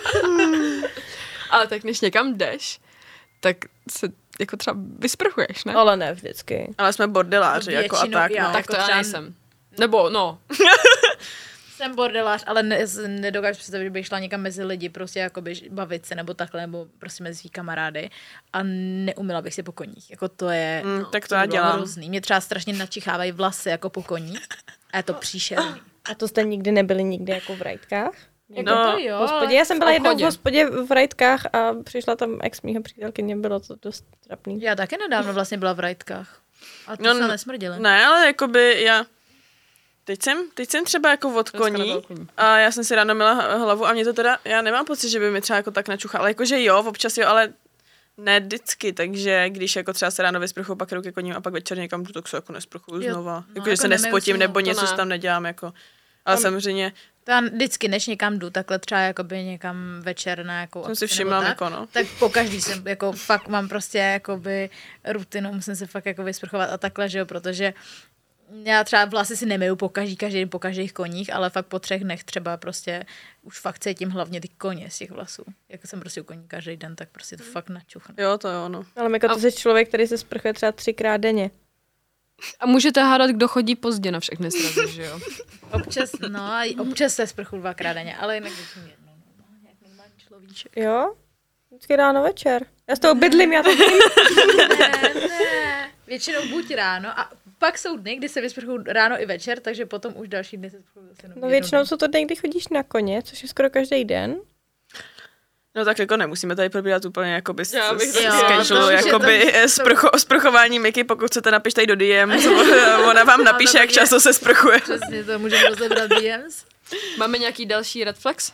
Ale tak než někam jdeš, tak se jako třeba vysprchuješ, ne? Ale ne vždycky. Ale jsme bordeláři, jako a Většinou, tak, já. no. tak jako to já třeba- nejsem. Nebo no, Jsem bordelář, ale ne, nedokážu představit, že bych šla někam mezi lidi, prostě jakoby bavit se nebo takhle, nebo prostě mezi svý kamarády a neumila bych si po koních. Jako to je, Mm, tak to to já by bylo dělám. hrozný. Mě třeba strašně načichávají vlasy jako po koních a je to příšerný. A to jste nikdy nebyli nikdy jako v rajtkách? Jako No, to jo, V hospodě, ale- já jsem byla v jednou v obchodě. hospodě v rajtkách a přišla tam ex mýho přítelkyně, bylo to dost trapný. Já taky nedávno vlastně byla v rajtkách. A to No, no, se n- nesmrdili. Ne, ale jakoby já... Teď jsem, teď jsem třeba jako od Dneska koní nebyl koní. a já jsem si ráno měla h- hlavu a mě to teda, já nemám pocit, že by mi třeba jako tak načuchalo, ale jakože jo, občas jo, ale ne vždycky, takže když jako třeba se ráno vysprchuju, pak jdu ke koním a pak večer někam jdu, tak se jako nesprchuju Jo, znova. no, Jakože jako se nemiju nespotím si, nebo to něco ne. si tam nedělám, jako. Ale samozřejmě To já vždycky, než někam jdu, takhle třeba jakoby někam večer na jako jsem si akci všimla, nebo tak, jako no. tak po každý jsem, jako fakt mám prostě jakoby rutinu, musím se fakt jako vysprchovat a takhle, že jo, protože já třeba vlasy si nemiju po každý, každý den po každých koních, ale fakt po třech dnech třeba prostě už fakt cítím hlavně ty koně z těch vlasů. Jak jsem prostě u koní každý den, tak prostě to fakt načuchne. Jo, to jo, no. Ale jako to jsi člověk, který se sprchuje třeba třikrát denně. a můžete hádat, kdo chodí pozdě na všechny srazy, že jo? Občas, no a i občas se sprchu dvakrát denně, ale jinak většinou jednou, no, jak normální človíček. Jo? Vždycky ráno večer. Já s toho bydlím, já to vím. Ne, ne. Většinou buď ráno a pak jsou dny, kdy se vysprchuju ráno i večer, takže potom už další dny se sprchuju zase jenom No jednou většinou den. jsou to dny, kdy chodíš na koně, což je skoro každý den. No tak jako nemusíme tady probírat úplně jakoby s, Já bych s, taky- s Jo, casual, to- jakoby to- sprcho, sprchování Miky, pokud chcete napište jí do D Ms, ona vám napíše, jak taky- často se sprchuje. Přesně, to můžeme rozebrat D Ms. Máme nějaký další red flags?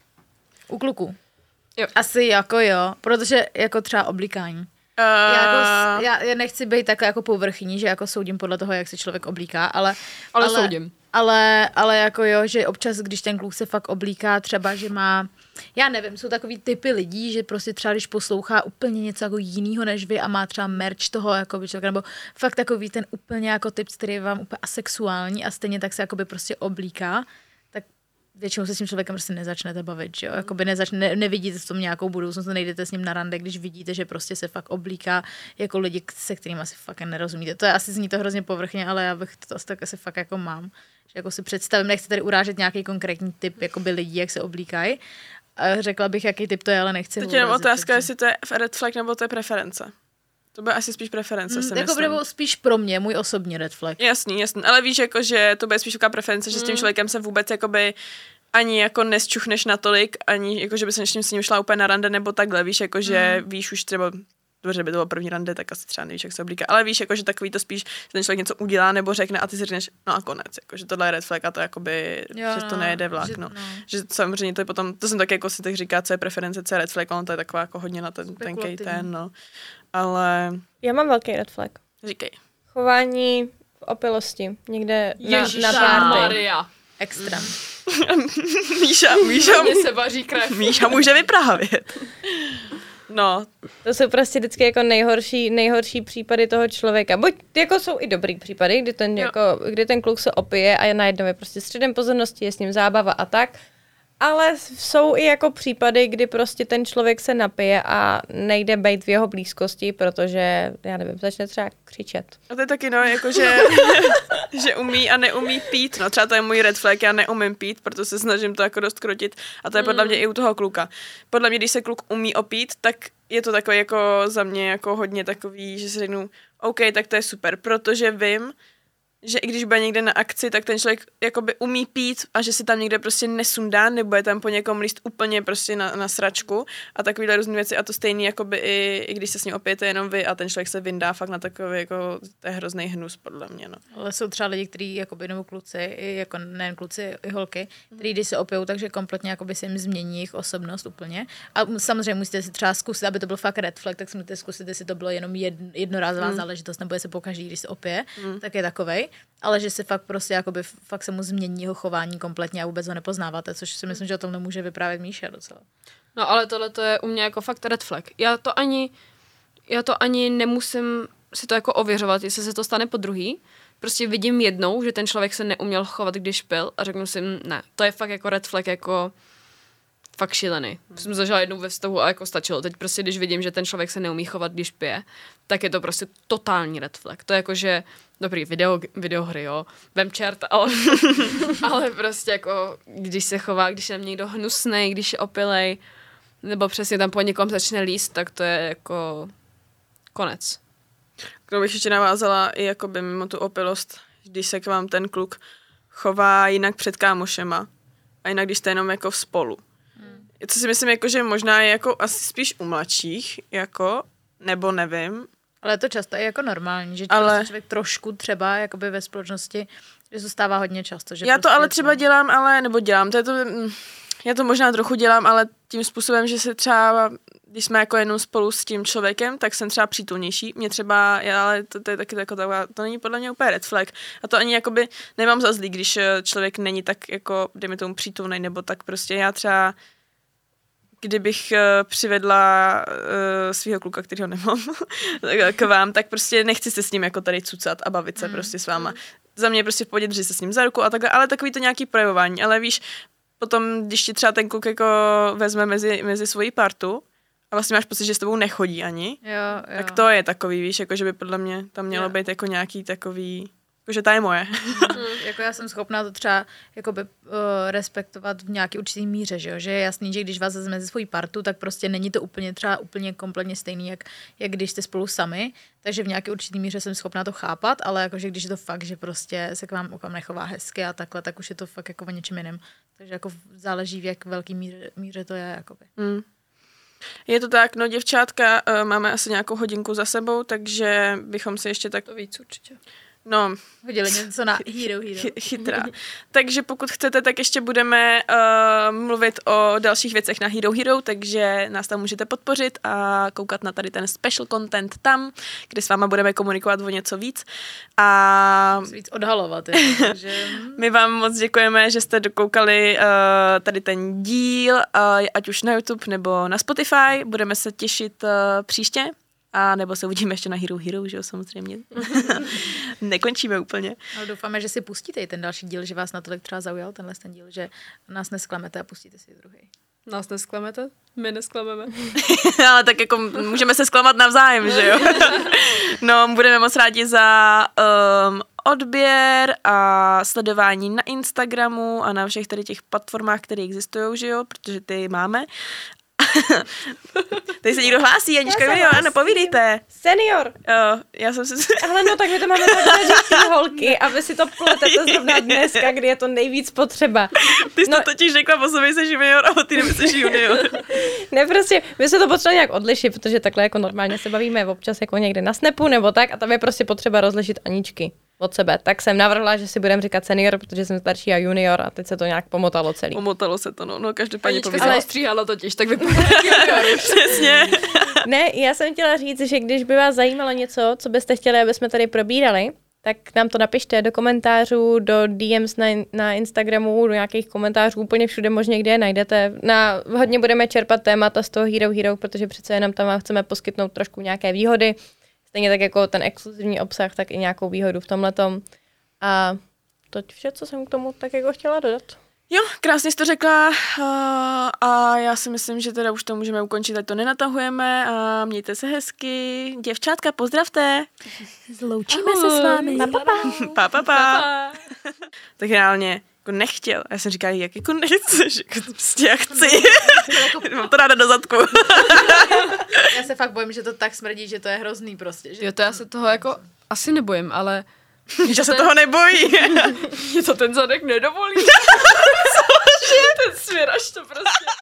U kluků. Jo. Asi jako jo, protože jako třeba oblíkání. Já, jako, já, já nechci být takhle jako povrchní, že jako soudím podle toho, jak se člověk oblíká, ale... Ale soudím. Ale, ale jako jo, že občas, když ten kluk se fakt oblíká, třeba, že má, já nevím, jsou takový typy lidí, že prostě třeba, když poslouchá úplně něco jako jinýho než vy a má třeba merch toho, jako by člověk, nebo fakt takový ten úplně jako typ, který je vám úplně asexuální a stejně tak se jakoby prostě oblíká, tak většinou se s tím člověkem prostě nezačnete bavit, že jo? Jakoby nezačne, ne, nevidíte v tom nějakou budoucnost, nejdete s ním na rande, když vidíte, že prostě se fakt oblíká jako lidi, se kterými asi fakt nerozumíte. To je asi zní to hrozně povrchně, ale já bych to asi tak asi fakt jako mám. Že jako si představím, nechci tady urážet nějaký konkrétní typ jakoby lidí, jak se oblíkají. A řekla bych, jaký typ to je, ale nechci Teď ho jenom urazit, otázka, takže- jestli to je red flag nebo to je preference. To bude asi spíš preference, Mm, si jako myslím. nebo spíš pro mě, můj osobní red flag. Jasný, jasný. Ale víš, jako, že to bude spíš taková preference, že s tím člověkem se vůbec jakoby ani jako nesčuchneš natolik, ani jako, že by se s ním, s ním šla úplně na rande nebo takhle, víš, jako, že víš už třeba, dobře, by to bylo první rande, tak asi třeba nevíš, jak se oblíká, ale víš, jako, že takový to spíš, že ten člověk něco udělá nebo řekne a ty si řekneš, no a konec, jako, že tohle je red flag a to jakoby, Jo, že to no, nejede vlak, že- no. no. Že samozřejmě to je potom, to jsem taky jako si tak říká, co je preference, co je red flag, ono to je taková jako hodně na ten tenkej Spekulativní. ten, no. Ale Já mám velký red flag. říkej. Chování v opilosti. Někde na, Ježiš na párty. Maria. Extrém. Míša, Míša, Mně se vaří krev. Míša může vyprávět. No, To jsou prostě vždycky jako nejhorší, nejhorší případy toho člověka. Buď jako jsou i dobrý případy, kdy ten, jako, kdy ten kluk se opije a je najednou je prostě středem pozornosti, je s ním zábava a tak. Ale jsou i jako případy, kdy prostě ten člověk se napije a nejde být v jeho blízkosti, protože, já nevím, začne třeba křičet. a to je taky, no, jako, že, že umí a neumí pít, no, třeba to je můj red flag, já neumím pít, proto se snažím to jako dost krotit a to je podle mě i u toho kluka. Podle mě, když se kluk umí opít, tak je to takový jako za mě jako hodně takový, že si řeknu, OK, tak to je super, protože vím, že i když bude někde na akci, tak ten člověk jakoby umí pít a že si tam někde prostě nesundá, nebo je tam po někom líst úplně prostě na, na sračku a takovýhle různé věci a to stejný jakoby i, i když se s ním opijete jenom vy a ten člověk se vyndá fakt na takový jako, to je hrozný hnus podle mě, no. Ale jsou třeba lidi, kteří jakoby, nebo kluci, i jako nejen kluci, i holky, kteří když se opijou, takže kompletně jakoby se jim změní jejich osobnost úplně. A samozřejmě musíte si třeba zkusit, aby to byl fakt red flag, tak si musíte zkusit, jestli to bylo jenom jedn, jednorázová mm. záležitost, nebo jestli pokaždý, když se opije, mm. tak je takovej. Ale že se fakt prostě jakoby, fakt se mu změní jeho chování kompletně a vůbec ho nepoznáváte, což si myslím, že o tom nemůže vyprávět Míša docela. No ale tohle to je u mě jako fakt red flag. Já to ani, já to ani nemusím si to jako ověřovat, jestli se to stane po druhý. Prostě vidím jednou, že ten člověk se neuměl chovat, když pil a řeknu si, ne, to je fakt jako red flag, jako fakt šílený. Hmm. Jsem zažila jednou ve vztahu a jako stačilo. Teď prostě, když vidím, že ten člověk se neumí chovat, když pije, tak je to prostě totální red flag. To je jako, že dobrý, video, videohry, jo, vem čert, ale, ale prostě jako, když se chová, když je tam někdo hnusnej, když je opilej, nebo přesně tam po někom začne líst, tak to je jako konec. K tomu bych ještě navázala i jakoby mimo tu opilost, když se k vám ten kluk chová jinak před kámošema a jinak, když jste jenom jako spolu. Hmm. Co si myslím, jako, že možná je jako asi spíš u mladších, jako, nebo nevím. Ale je to často je jako normální, že ale... prostě člověk trošku třeba jakoby ve společnosti, že to stává hodně často. Že já prostě to ale třeba dělám, ale, nebo dělám, to je to, já to možná trochu dělám, ale tím způsobem, že se třeba, když jsme jako jenom spolu s tím člověkem, tak jsem třeba přítulnější. Mě třeba, já, ale to, to je taky taková, to není podle mě úplně red flag. A to ani jakoby nemám za zlý, když člověk není tak jako, dejme tomu přítulnej, nebo tak prostě já třeba, kdybych uh, přivedla uh, svého kluka, kterýho nemám, k vám, tak prostě nechci se s ním jako tady cucat a bavit se mm. prostě s váma. Za mě prostě v pohodě držet se s ním za ruku a takhle, ale takový to nějaký projevování. Ale víš, potom, když ti třeba ten kluk jako vezme mezi, mezi svoji partu a vlastně máš pocit, že s tebou nechodí ani, jo, jo. tak to je takový, víš, jako že by podle mě tam mělo jo. být jako nějaký takový, jakože ta je moje. Mm, jako já jsem schopná to třeba jakoby, uh, respektovat v nějaký určitý míře, že, jo? Že je jasný, že když vás vezme mezi svoji partu, tak prostě není to úplně třeba úplně kompletně stejný, jak, jak když jste spolu sami, takže v nějaké určitý míře jsem schopná to chápat, ale jakože když je to fakt, že prostě se k vám okam nechová hezky a takhle, tak už je to fakt jako o něčem jiném. Takže jako záleží, v jak velký míře, míře to je. Jakoby. Mm. Je to tak, no děvčátka, uh, máme asi nějakou hodinku za sebou, takže bychom si ještě tak... To víc určitě. No, hodili něco na Hero Hero. Chytrá. Takže pokud chcete, tak ještě budeme uh, mluvit o dalších věcech na Hero Hero, takže nás tam můžete podpořit a koukat na tady ten special content tam, kde s váma budeme komunikovat o něco víc. A víc odhalovat. Je, takže... my vám moc děkujeme, že jste dokoukali uh, tady ten díl, uh, ať už na YouTube nebo na Spotify. Budeme se těšit uh, příště. A nebo se uvidíme ještě na Hero Hero, že jo, samozřejmě. Nekončíme úplně. Ale doufáme, že si pustíte i ten další díl, že vás natolik třeba zaujal tenhle ten díl, že nás nesklamete a pustíte si druhý. Nás nesklamete? My nesklameme. Ale tak jako můžeme se zklamat navzájem, že jo. No, budeme moc rádi za um, odběr a sledování na Instagramu a na všech tady těch platformách, které existují, že jo, protože ty máme. Tady se někdo hlásí, Anička, jo, ano, povídejte. Senior. Jo, já jsem si... Ale no, tak my to máme tak říct ty holky a vy si to pletete zrovna dneska, kdy je to nejvíc potřeba. Ty jsi no, to totiž řekla, po sobě jsi junior a ty jsi junior. Ne, prostě, my se to potřeba nějak odlišit, protože takhle jako normálně se bavíme občas jako někde na Snapu nebo tak a tam je prostě potřeba rozlišit Aničky od sebe. Tak jsem navrhla, že si budeme říkat senior, protože jsem starší a junior a teď se to nějak pomotalo celý. Pomotalo se to, no, no každopádně povídá. Ale stříhala totiž, tak vypadá přesně. Ne, já jsem chtěla říct, že když by vás zajímalo něco, co byste chtěli, aby jsme tady probírali, tak nám to napište do komentářů, do D Ms na, na Instagramu, do nějakých komentářů, úplně všude možně, kde je najdete. Na, hodně budeme čerpat témata z toho Hero Hero, protože přece jenom tam vám chceme poskytnout trošku nějaké výhody. Stejně tak jako ten exkluzivní obsah, tak i nějakou výhodu v tomhletom. A to vše, co jsem k tomu tak jako chtěla dodat. Jo, krásně jsi to řekla uh, a já si myslím, že teda už to můžeme ukončit, ať to nenatahujeme a mějte se hezky. Děvčátka, pozdravte. Zloučíme se s vámi. Pa, pa, pa. pa, pa, pa. Tak reálně jako nechtěl. Já jsem říkala, jak jako nechceš, jako prostě já chci. Mám to ráda do zadku. Já se fakt bojím, že to tak smrdí, že to je hrozný prostě. Že... Jo, to já se toho jako asi nebojím, ale Že se toho nebojí. Mě to ten zadek nedovolí. Cože? Ten svěrač to prostě.